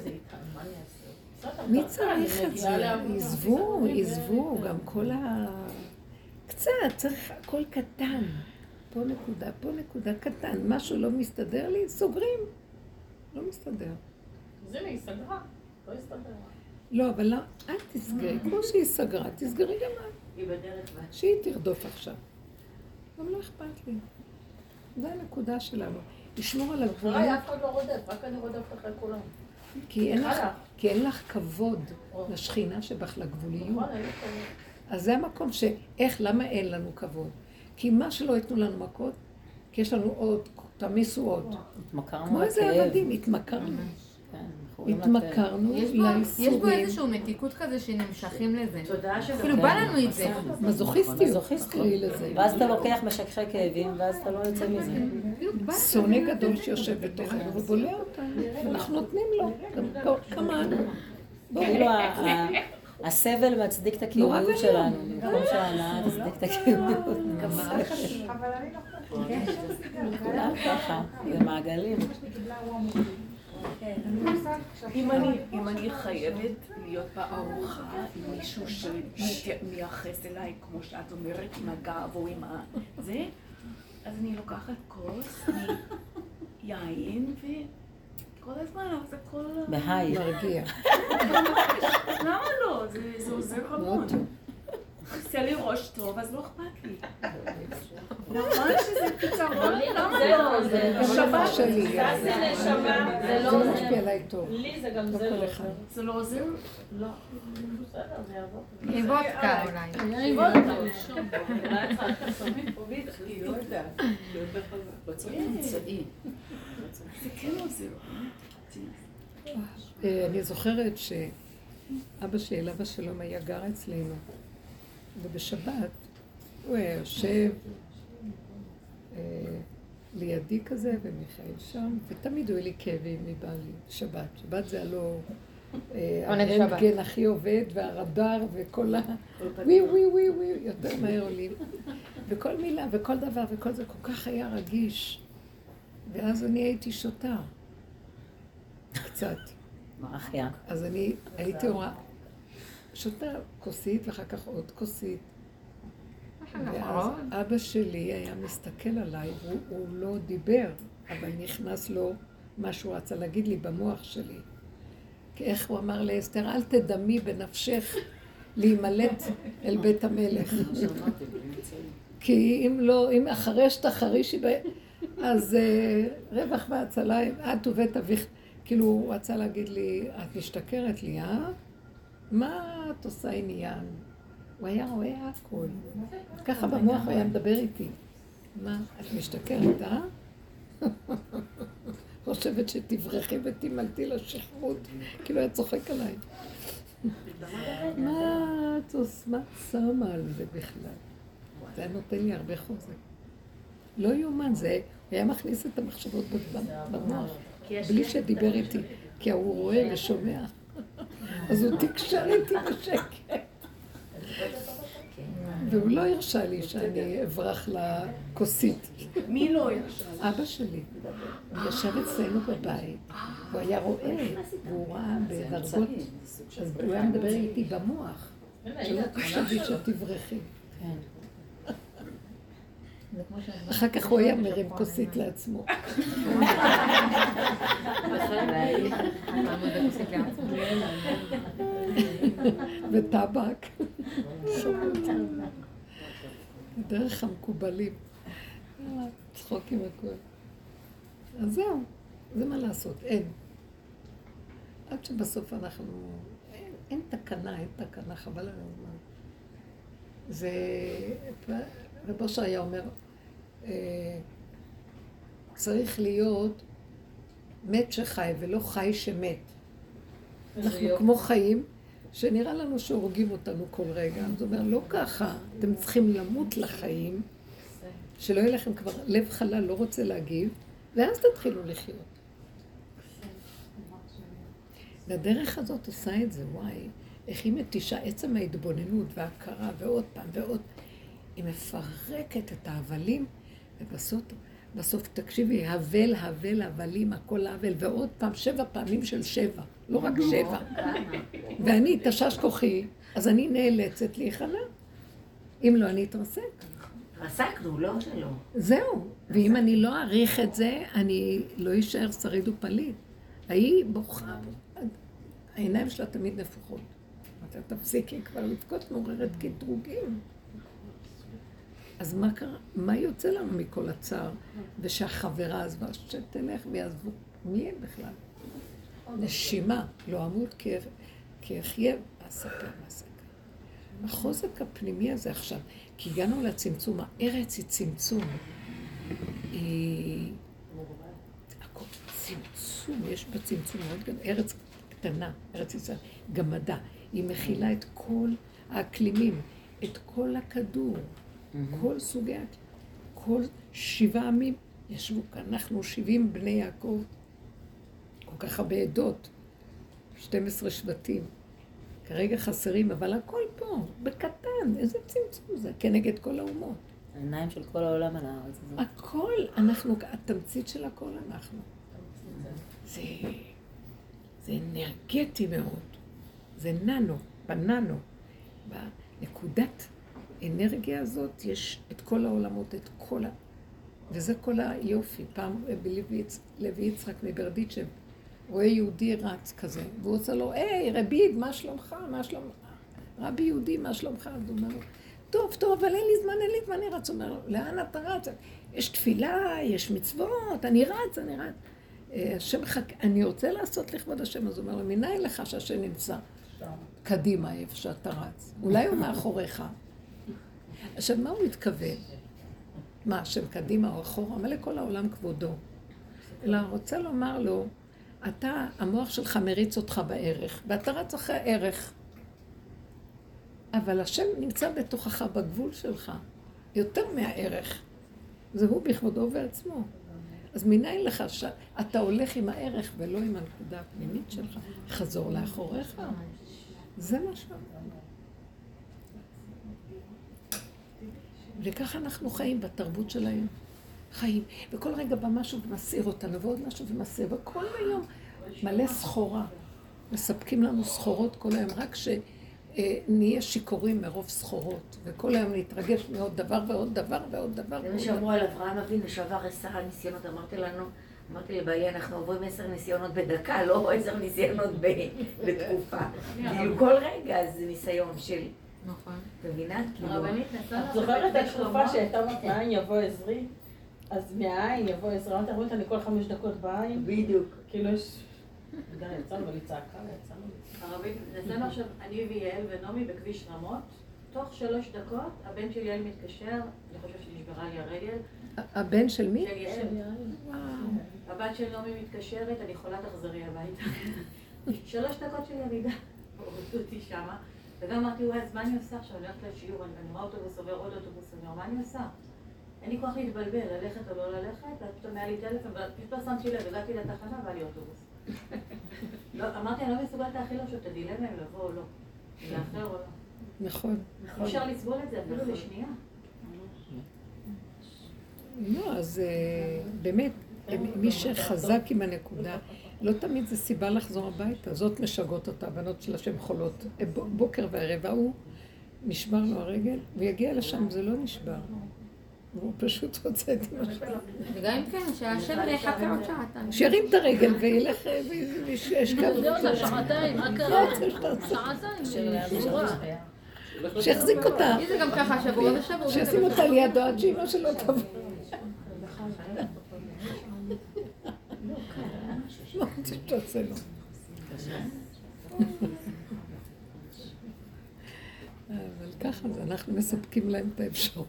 מי צריך את זה? עזבו, גם כל קצת, צריך הכל קטן. פה נקודה קטן. משהו לא מסתדר לי, סוגרים. לא מסתדר. אז הנה, היא סגרה. לא הסתדר. לא, אבל אל תסגרי. כמו שהיא סגרה, תסגרי גם את. היא בדרך בה. שהיא תרדוף עכשיו. גם לא אכפת לי. זו הנקודה שלנו. לשמור על הגבולים. אחריי אף אחד לא רודף, רק אני רודפת אחרי כולם. כי אין לך כבוד לשכינה שבך לגבוליות. אז זה המקום למה אין לנו כבוד? כי מה שלא ייתנו לנו מכות, כי יש לנו עוד, תמיסו עוד. כמו איזה עבדים, התמכרנו. התמכרנו לאיסורים. יש בו איזשהו מתיקות כזה שנמשכים לזה. תודה שזה. כאילו בא לנו את זה. מזוכיסטיות, תקראי לזה. ואז אתה לוקח משככי כאבים, ואז אתה לא יוצא מזה. שונא גדול שיושב בתוכנו ובולע אותנו, ואנחנו נותנים לו. כמה כאילו הסבל מצדיק את הקיומיות שלנו, במקום שההנאה תצדיק את הקיומיות. אבל אני לא כולם ככה, זה מעגלים. אם אני חייבת להיות בארוחה עם מישהו שמייחס אליי, כמו שאת אומרת, עם הגב או עם זה, אז אני לוקחת כוס מיין וכל הזמן, זה כל... בהיי. מרגיע. למה לא? זה עוזר המון. עושה לי ראש טוב, אז לא אכפת לי. נכון שזה פתרון? למה לא? זה שבת שלי. זה נשמה, זה לא זה עוזר. משפיע עליי טוב. לי זה גם זה לא עוזר. זה לא עוזר? לא. בסדר, זה יעבור. עם וודקה אולי. זה כן עוזר. אני זוכרת שאבא שלי, אליו השלום, היה גר אצלנו, ובשבת הוא היה יושב לידי כזה, ומיכאל שם, ותמיד היו לי כאבים מבעלי, שבת. שבת זה הלא הרנטגן הכי עובד, והרדאר, וכל ווי, יותר מהר עולים. וכל מילה, וכל דבר, וכל זה כל כך היה רגיש. ואז אני הייתי שותה. קצת. אחיה. אז אני הייתי רואה, שותה כוסית ואחר כך עוד כוסית. ואז אבא שלי היה מסתכל עליי, הוא לא דיבר, אבל נכנס לו מה שהוא רצה להגיד לי במוח שלי. כי איך הוא אמר לאסתר, אל תדמי בנפשך להימלט אל בית המלך. כי אם לא, אם אחרי שתחרישי, אז רווח והצלה, את ובית אביך, כאילו הוא רצה להגיד לי, את משתכרת לי, מה את עושה עניין? הוא היה רואה הכל. ככה במוח הוא היה מדבר איתי. מה, את משתכרת, חושבת שתברחי ותימלתי לשכרות, כאילו היה צוחק עליי. מה את שמה על זה בכלל? זה היה נותן לי הרבה חוזק. לא יאומן, זה היה מכניס את המחשבות במוח, בלי שדיבר איתי, כי הוא רואה ושומע. אז הוא תקשר איתי בשקט. והוא לא הרשה לי שאני אברח לכוסית. מי לא הרשה? אבא שלי. הוא ישב אצלנו בבית, הוא היה רואה, והוא ראה בדרגות, אז הוא היה מדבר איתי במוח, שלא תחשבי שתברחי. אחר כך הוא היה מרים כוסית לעצמו. וטבק. דרך המקובלים. צחוק עם הכל. אז זהו, זה מה לעשות, אין. עד שבסוף אנחנו... אין תקנה, חבל על הזמן. זה... רב אושר היה אומר, צריך להיות מת שחי ולא חי שמת. אנחנו כמו חיים, שנראה לנו שהורגים אותנו כל רגע. זאת אומרת, לא ככה, אתם צריכים למות לחיים, שלא יהיה לכם כבר לב חלל, לא רוצה להגיב, ואז תתחילו לחיות. והדרך הזאת עושה את זה, וואי, איך היא מתישה, עצם ההתבוננות וההכרה ועוד פעם ועוד, היא מפרקת את ההבלים, ובסוף תקשיבי, הבל, הבלים, הכל הבל, ועוד פעם 7 פעמים של 7, לא רק 7. ואני תשש כוחי, אז אני נאלצת להיכנע. אם לא, אני אתרסק. התרסקנו, לא שלא. זהו, ואם אני לא אעריך את זה, אני לא אשאר שריד ופליט. היא בוכה, העיניים שלה תמיד נפוחות. אתה תפסיקי כבר לבכות, מעוררת קטרוגים. אז מה יוצא לנו מכל הצער? ושהחברה עזבה, שתלך ויעזבו. מי הם בכלל? נשימה, לא אמות כי אחיה, אספר מסקה. החוזק הפנימי הזה עכשיו, כי הגענו לצמצום, הארץ היא צמצום. הכל צמצום, יש בה צמצום מאוד גדול, ארץ קטנה, ארץ ישראל, גמדה. היא מכילה את כל האקלימים, את כל הכדור, כל סוגי, כל 7 עמים ישבו כאן. אנחנו 70 בני יעקב, כל כך הרבה עדות, 12 שבטים. כרגע חסרים, אבל הכל פה, בקטן, איזה צמצום זה, כנגד כל האומות. העיניים של כל העולם על הארץ הזאת. הכל, אנחנו, התמצית של הכל אנחנו. זה אנרגטי מאוד. זה ננו, בננו. בנקודת אנרגיה הזאת יש את כל העולמות, את כל וזה כל היופי. פעם לוי יצחק מברדיצ'ב, רואה יהודי רץ כזה, והוא עושה לו, היי, רביד, מה שלומך? מה שלומך? רבי יהודי, מה שלומך? אז הוא אומר לו, טוב, אבל אין לי זמן, אני רץ. הוא אומר לו, לאן אתה רץ? יש תפילה, יש מצוות, אני רץ. השם חכה, אני רוצה לעשות לכבוד השם. אז הוא אומר לו, מנין לך שהשם נמצא קדימה איפה שאתה רץ? אולי הוא מאחוריך. עכשיו, מה הוא מתכוון? מה, השם קדימה או אחורה? מלא כל העולם כבודו. אלא רוצה לומר לו, אתה, המוח שלך מריץ אותך בערך, ואתה רץ אחרי הערך. אבל השם נמצא בתוכך בגבול שלך, יותר מהערך. זה הוא בכבודו ובעצמו. אז מנין לך שאתה הולך עם הערך ולא עם הנקודה הפנימית שלך, חזור לאחוריך. זה מה שאומר. וככה אנחנו חיים בתרבות של היום. חיים, וכל רגע בא משהו ומסעיר אותנו, ועוד משהו ומסעיר, וכל היום מלא סחורה. מספקים לנו סחורות כל היום, רק שנהיה שיכורים מרוב סחורות, וכל היום נתרגש מעוד דבר ועוד דבר ועוד דבר. זה מה שאמרו על אברהם אבינו, שעבר 10 ניסיונות, אמרתי לבעלי, אנחנו עוברים 10 ניסיונות בדקה, לא 10 ניסיונות בתקופה. כאילו כל רגע זה ניסיון של... נכון. מבינה? את זוכרת את התקופה שהייתה מהעין יבוא עזרי? אז מהעין יבוא עזרי, אמרתי, רואים אותה כל 5 דקות בעין? בדיוק. כאילו יש... יצאנו אבל היא צעקה, הרבית, נסענו עכשיו אני ויעל ונעמי בכביש רמות, תוך 3 דקות הבן של יעל מתקשר, אני חושב שנשברה לי הרגל. הבן של מי? של יעל. הבת של נעמי מתקשרת, אני יכולה תחזרי הביתה. 3 דקות של ירידה, הורדו אותי שמה. וגם אמרתי, וואי, אז מה אני עושה עכשיו? אני הולכת לשיעור, אני רואה אוטובוס, עובר עוד אוטובוס, אני אומר, מה אני עושה? אין לי כוח להתבלבל, ללכת או לא ללכת, ואז פתאום היה לי טלפון, ופתאום לא שמתי לב, הגעתי לתחנה והיה לי אוטובוס. אמרתי, אני לא מסוגלת להכיל לו שאת הדילמה אם לבוא או לא, לאחר או לא. נכון. אפשר לסבול את זה אפילו לשנייה. לא, אז באמת, מי שחזק עם הנקודה, לא תמיד זה סיבה לחזור הביתה, זאת משגעות אותה, הבנות של השם חולות. בוקר וערב, הוא נשבר לו הרגל, ויגיע לשם, זה לא נשבר. הוא פשוט רוצה את אמא שלו. וגם אם כן, שהשם יחכה עוד שעתיים. שירים את הרגל וילך וישכב. זה עוד שעתיים, מה קרה? שעתיים. שיחזיק אותה. זה גם ככה, שבוע ושבוע. שישים אותה לידו עד שאמא שלו תבוא. מה תעשה לו? אבל ככה זה, אנחנו מספקים להם את האפשרות.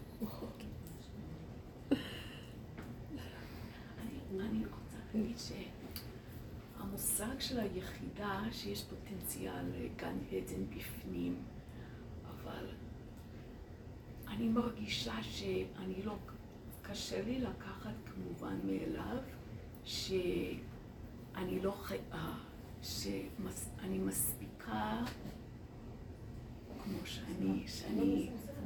אני רוצה להגיד שהמושג של היחידה, שיש פוטנציאל גן עדן בפנים, אבל אני מרגישה שאני לא, קשה לי לקחת כמובן מאליו, שאני לא חיה, שאני מספיקה כמו שאני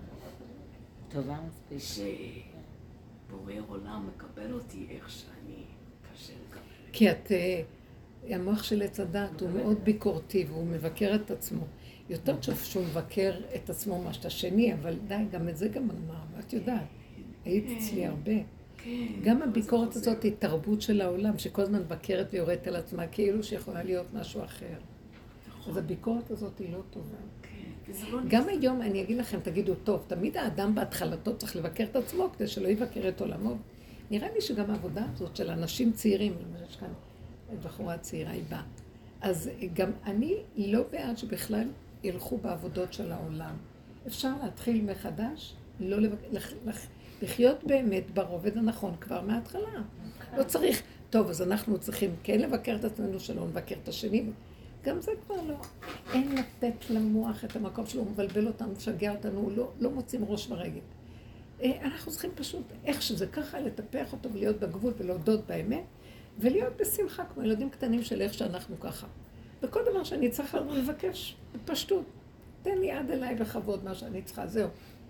טובה מספיק. שבורא עולם מקבל אותי איך שאני קשה לקבל. כי המוח של עץ הדת הוא מאוד ביקורתי והוא מבקר את עצמו. יותר טוב שהוא מבקר את עצמו מה שאתה שני, אבל די, גם את זה גם אמר, ואת יודעת, היית אצלי הרבה. גם הביקורת הזאת היא תרבות של העולם, שכל הזמן מבקרת ויורדת על עצמה, כאילו שיכולה להיות משהו אחר. אז הביקורת הזאת היא לא טובה. גם היום אני אגיד לכם, תגידו, טוב, תמיד האדם בהתחלתו צריך לבקר את עצמו, כדי שלא יבקר את עולמו. נראה לי שגם העבודה הזאת של אנשים צעירים, יש כאן בחורה צעירה, היא באה. אז גם אני לא בעד שבכלל ילכו בעבודות של העולם. אפשר להתחיל מחדש, לא לחיות באמת ברובד הנכון כבר מההתחלה. לא צריך, טוב, אז אנחנו צריכים כן לבקר את עצמנו שלא נבקר את השני. גם זה כבר לא. אין לתת למוח את המקום שלו, מבלבל אותנו, משגע אותנו, לא מוצאים ראש ורגל. אנחנו צריכים פשוט, איך שזה ככה, לטפח אותו ולהיות בגבול ולהודות באמת, ולהיות בשמחה כמו ילדים קטנים של איך שאנחנו ככה. וכל דבר שאני צריכה לבקש, בפשטות, תן לי עד אליי בכבוד מה שאני צריכה, זהו.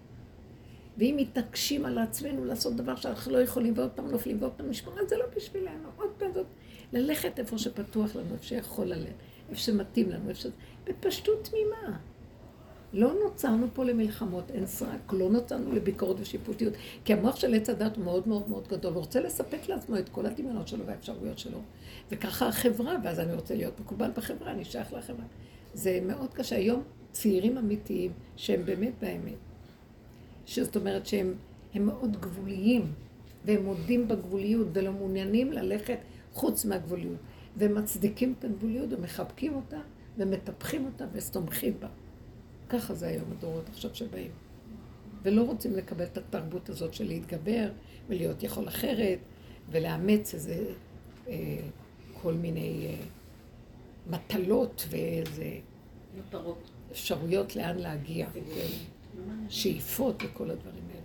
ואם מתעקשים על עצמנו לעשות דבר שאנחנו לא יכולים, ועוד פעם נופלים, ועוד פעם נשמע, אז זה לא בשבילנו. עוד פעם זאת, ללכת איפה שפתוח לנו, איפה שיכול עלינו, איפה שמתאים לנו, בפשטות תמימה. לא נוצרנו פה למלחמות, אין סרק, לא נוצרנו לביקורת ושיפוטיות, כי המוח של עץ הדת הוא מאוד מאוד מאוד גדול, הוא רוצה לספק לעצמו את כל הדמיונות שלו והאפשרויות שלו, וככה החברה, ואז אני רוצה להיות מקובל בחברה, אני שייך לחברה. זה מאוד קשה. היום צעירים אמיתיים, שהם באמת באמת, שזאת אומרת שהם מאוד גבוליים, והם מודים בגבוליות, ולא מעוניינים ללכת חוץ מהגבוליות, והם מצדיקים את הגבוליות, ומחבקים אותה, ומטפחים אותה, וסתומכים בה. ככה זה היום הדורות עכשיו שבאים. ולא רוצים לקבל את התרבות הזאת של להתגבר, ולהיות יכול אחרת, ולאמץ איזה כל מיני מטלות ואיזה אפשרויות לאן להגיע, שאיפות וכל הדברים האלה.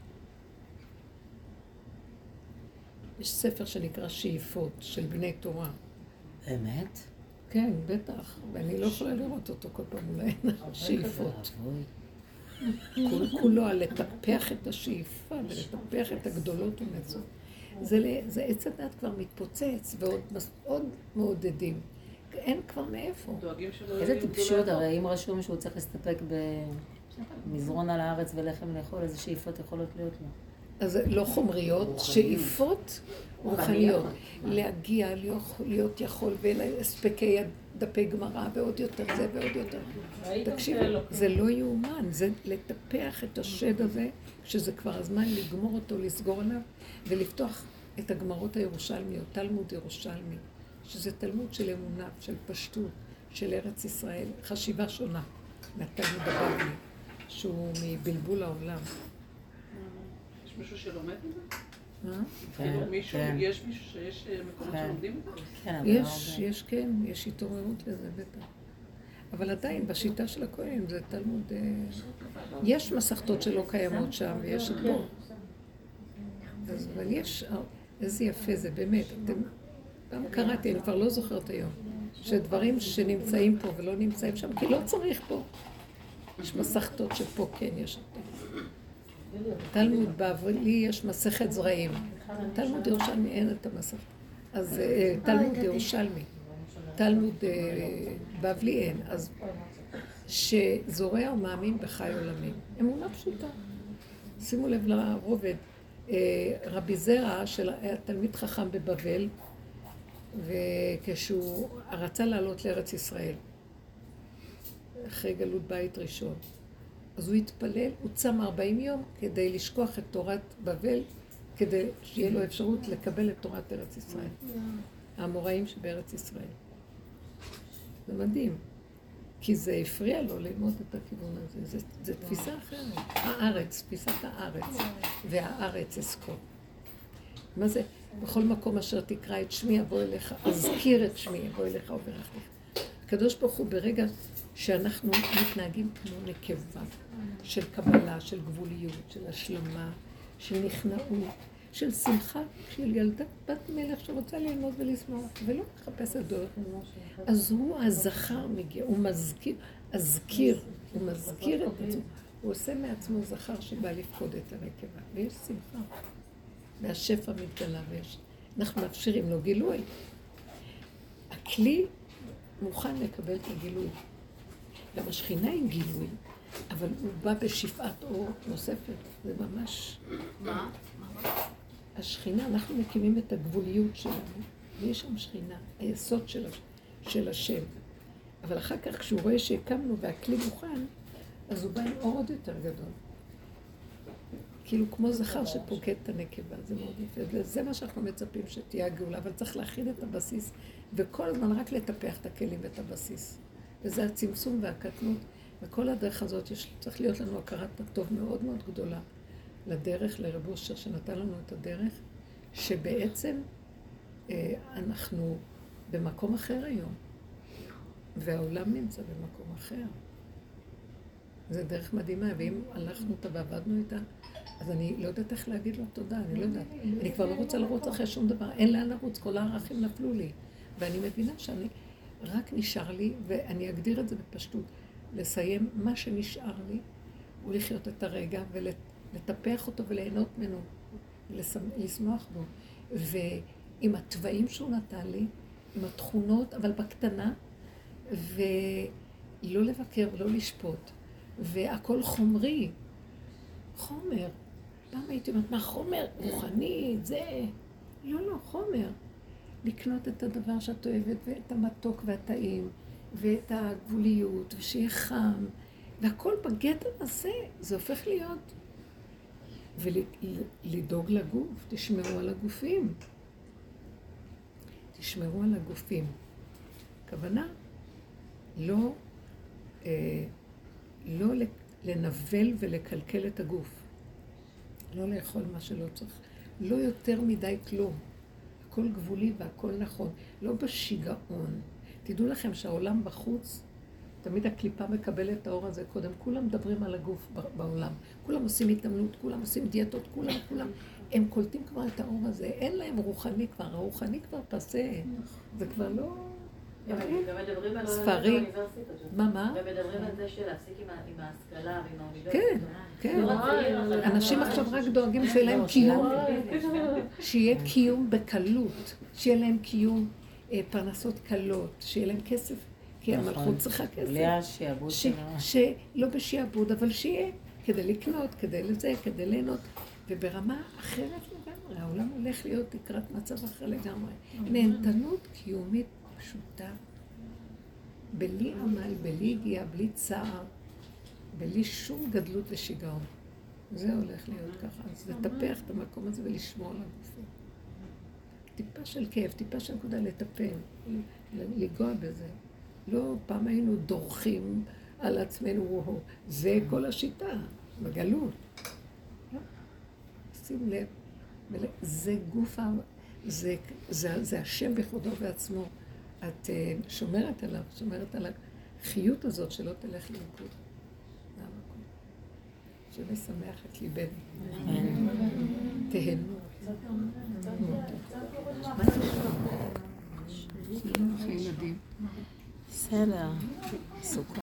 יש ספר שנקרא שאיפות של בני תורה. באמת? כן, בטח, ואני לא יכולה לראות אותו כל פעם אולי, שאיפות. כולו על לטפח את השאיפה ולטפח את הגדולות ומצות. זה עץ הדת כבר מתפוצץ ועוד מעודדים. אין כבר מאיפה. איזה טיפשות, הרי אם רשום שהוא צריך להסתפק במזרון על הארץ ולחם לאכול, איזה שאיפות יכולות להיות לו? אז לא חומריות, שאיפות רוחניות. להגיע, להיות יכול, ולהספקי דפי גמרא, ועוד יותר זה ועוד יותר. תקשיב, זה לא יאומן, זה לטפח את השד הזה, שזה כבר הזמן לגמור אותו, לסגור עליו, ולפתוח את הגמרות הירושלמיות, תלמוד ירושלמי, שזה תלמוד של אמונה, של פשטות, של ארץ ישראל, חשיבה שונה, מהתלמוד הבבלי, שהוא מבלבול העולם. יש מישהו שלומד את זה? מה? יש מישהו שיש מקומות שלומדים את זה? יש התעוררות לזה בטח. אבל עדיין, בשיטה של הכהנים זה תלמוד... יש מסכתות שלא קיימות שם, ויש את פה. אבל יש... איזה יפה זה, באמת. גם קראתי, אני כבר לא זוכרת היום, שדברים שנמצאים פה ולא נמצאים שם, כי לא צריך פה. יש מסכתות שפה כן יש אותם. תלמוד בבלי יש מסכת זרעים. תלמוד ירושלמי אין את המסכת. אז תלמוד ירושלמי. תלמוד בבלי אין. אז שזורע ומאמין בחי עולמים. אמונה פשוטה. שימו לב לרובד. רבי זרע היה תלמיד חכם בבבל, וכשהוא רצה לעלות לארץ ישראל, אחרי גלות בית ראשון, אז הוא התפלל, הוא צם 40 יום כדי לשכוח את תורת בבל, כדי שיהיה לו אפשרות לקבל את תורת ארץ ישראל. האמוראים שבארץ ישראל. זה מדהים, כי זה הפריע לו ללמוד את הכיוון הזה. זה תפיסה אחרת. הארץ, תפיסת הארץ, והארץ אזכור. מה זה? בכל מקום אשר תקרא את שמי אבוא אליך, אזכיר את שמי אבוא אליך וברך לך. הקדוש ברוך הוא ברגע שאנחנו מתנהגים כמו נקבה, של קבלה, של גבוליות, של השלמה, של נכנעות, של שמחה, של ילדה בת מלך שרוצה ללמוד ולשמוח, ולא מחפש את דורך. אז הוא הזכר מגיע, הוא מזכיר, אזכיר, הוא מזכיר את עצמו, הוא עושה מעצמו זכר שבא לפקוד את הנקבה, ויש שמחה, והשפע מתגלה, אנחנו מאפשרים לו גילוי. הכלי מוכן לקבל את הגילוי. גם השכינה היא גילוי, אבל הוא בא בשפעת אור נוספת, זה ממש... מה? השכינה, אנחנו מקימים את הגבוליות שלנו, ויש שם שכינה, היסוד של השם. אבל אחר כך כשהוא רואה שהקמנו והכלי מוכן, אז הוא בא עם אור עוד יותר גדול. כאילו כמו זכר שפוקד את הנקבה, זה מאוד יפה. וזה מה שאנחנו מצפים שתהיה הגאולה, אבל צריך להכין את הבסיס, וכל הזמן רק לטפח את הכלים ואת הבסיס. וזה הצמצום והקטנות, וכל הדרך הזאת צריך להיות לנו הכרת הטוב מאוד מאוד גדולה לדרך, לרב אושר שנתן לנו את הדרך, שבעצם אנחנו במקום אחר היום, והעולם נמצא במקום אחר. זה דרך מדהימה, ואם הלכנו אותה ועבדנו איתה, אז אני לא יודעת איך להגיד לו תודה, אני לא יודעת. אני כבר לא רוצה לרוץ אחרי שום דבר, אין לאן לרוץ, כל הערכים נפלו לי. ואני מבינה שאני, רק נשאר לי, ואני אגדיר את זה בפשטות, לסיים מה שנשאר לי, ולחיות את הרגע, ולטפח אותו וליהנות ממנו, ולשמוח בו. ועם הטבעים שהוא נתן לי, עם התכונות, אבל בקטנה, ולא לבקר ולא לשפוט. והכל חומרי, חומר. פעם הייתי אומרת, מה חומר? רוחני, זה... לא, חומר. לקנות את הדבר שאת אוהבת, ואת המתוק והטעים, ואת הגבוליות, ושיהיה חם, והכל בגדר הזה, זה הופך להיות. ולדאוג לגוף, תשמרו על הגופים. תשמרו על הגופים. הכוונה, לא לנבל ולקלקל את הגוף. לא לאכול מה שלא צריך. לא יותר מדי כלום. הכל גבולי והכל נכון. לא בשיגעון. תדעו לכם שהעולם בחוץ, תמיד הקליפה מקבלת את האור הזה קודם. כולם מדברים על הגוף בעולם. כולם עושים התאמנות, כולם עושים דיאטות, כולם. הם קולטים כבר את האור הזה. אין להם רוחני כבר. הרוחני כבר פסה. זה כבר לא... ספרי. מה? ומדברים על זה של להפסיק עם ההשכלה ועם האוניברסיטה. כן. אנשים עכשיו רק דואגים שיהיה להם קיום. שיהיה קיום בקלות. שיהיה להם קיום פרנסות קלות. שיהיה להם כסף. כי המלכות צריכה כסף. בלי השיעבוד שלה. שלא בשיעבוד, אבל שיהיה. כדי לקנות, כדי לזה, כדי ליהנות. וברמה אחרת לגמרי. העולם הולך להיות לקראת מצב אחר לגמרי. נהנתנות קיומית פשוטה, בלי עמל, בלי הגיעה, בלי צער, בלי שום גדלות ושיגעון. זה הולך להיות ככה. אז לטפח את המקום הזה ולשמור על הגופים. טיפה של כאב, טיפה של נקודה לטפל, לגוע בזה. לא פעם היינו דורכים על עצמנו, זה כל השיטה, בגלות. שים לב, זה גוף, זה השם בכבודו ועצמו. את שומרת עליו, שומרת על החיות הזאת שלא תלך לאיבוד. זה המקום. שמשמח את ליבנו. תהנו. בסדר. סוכר.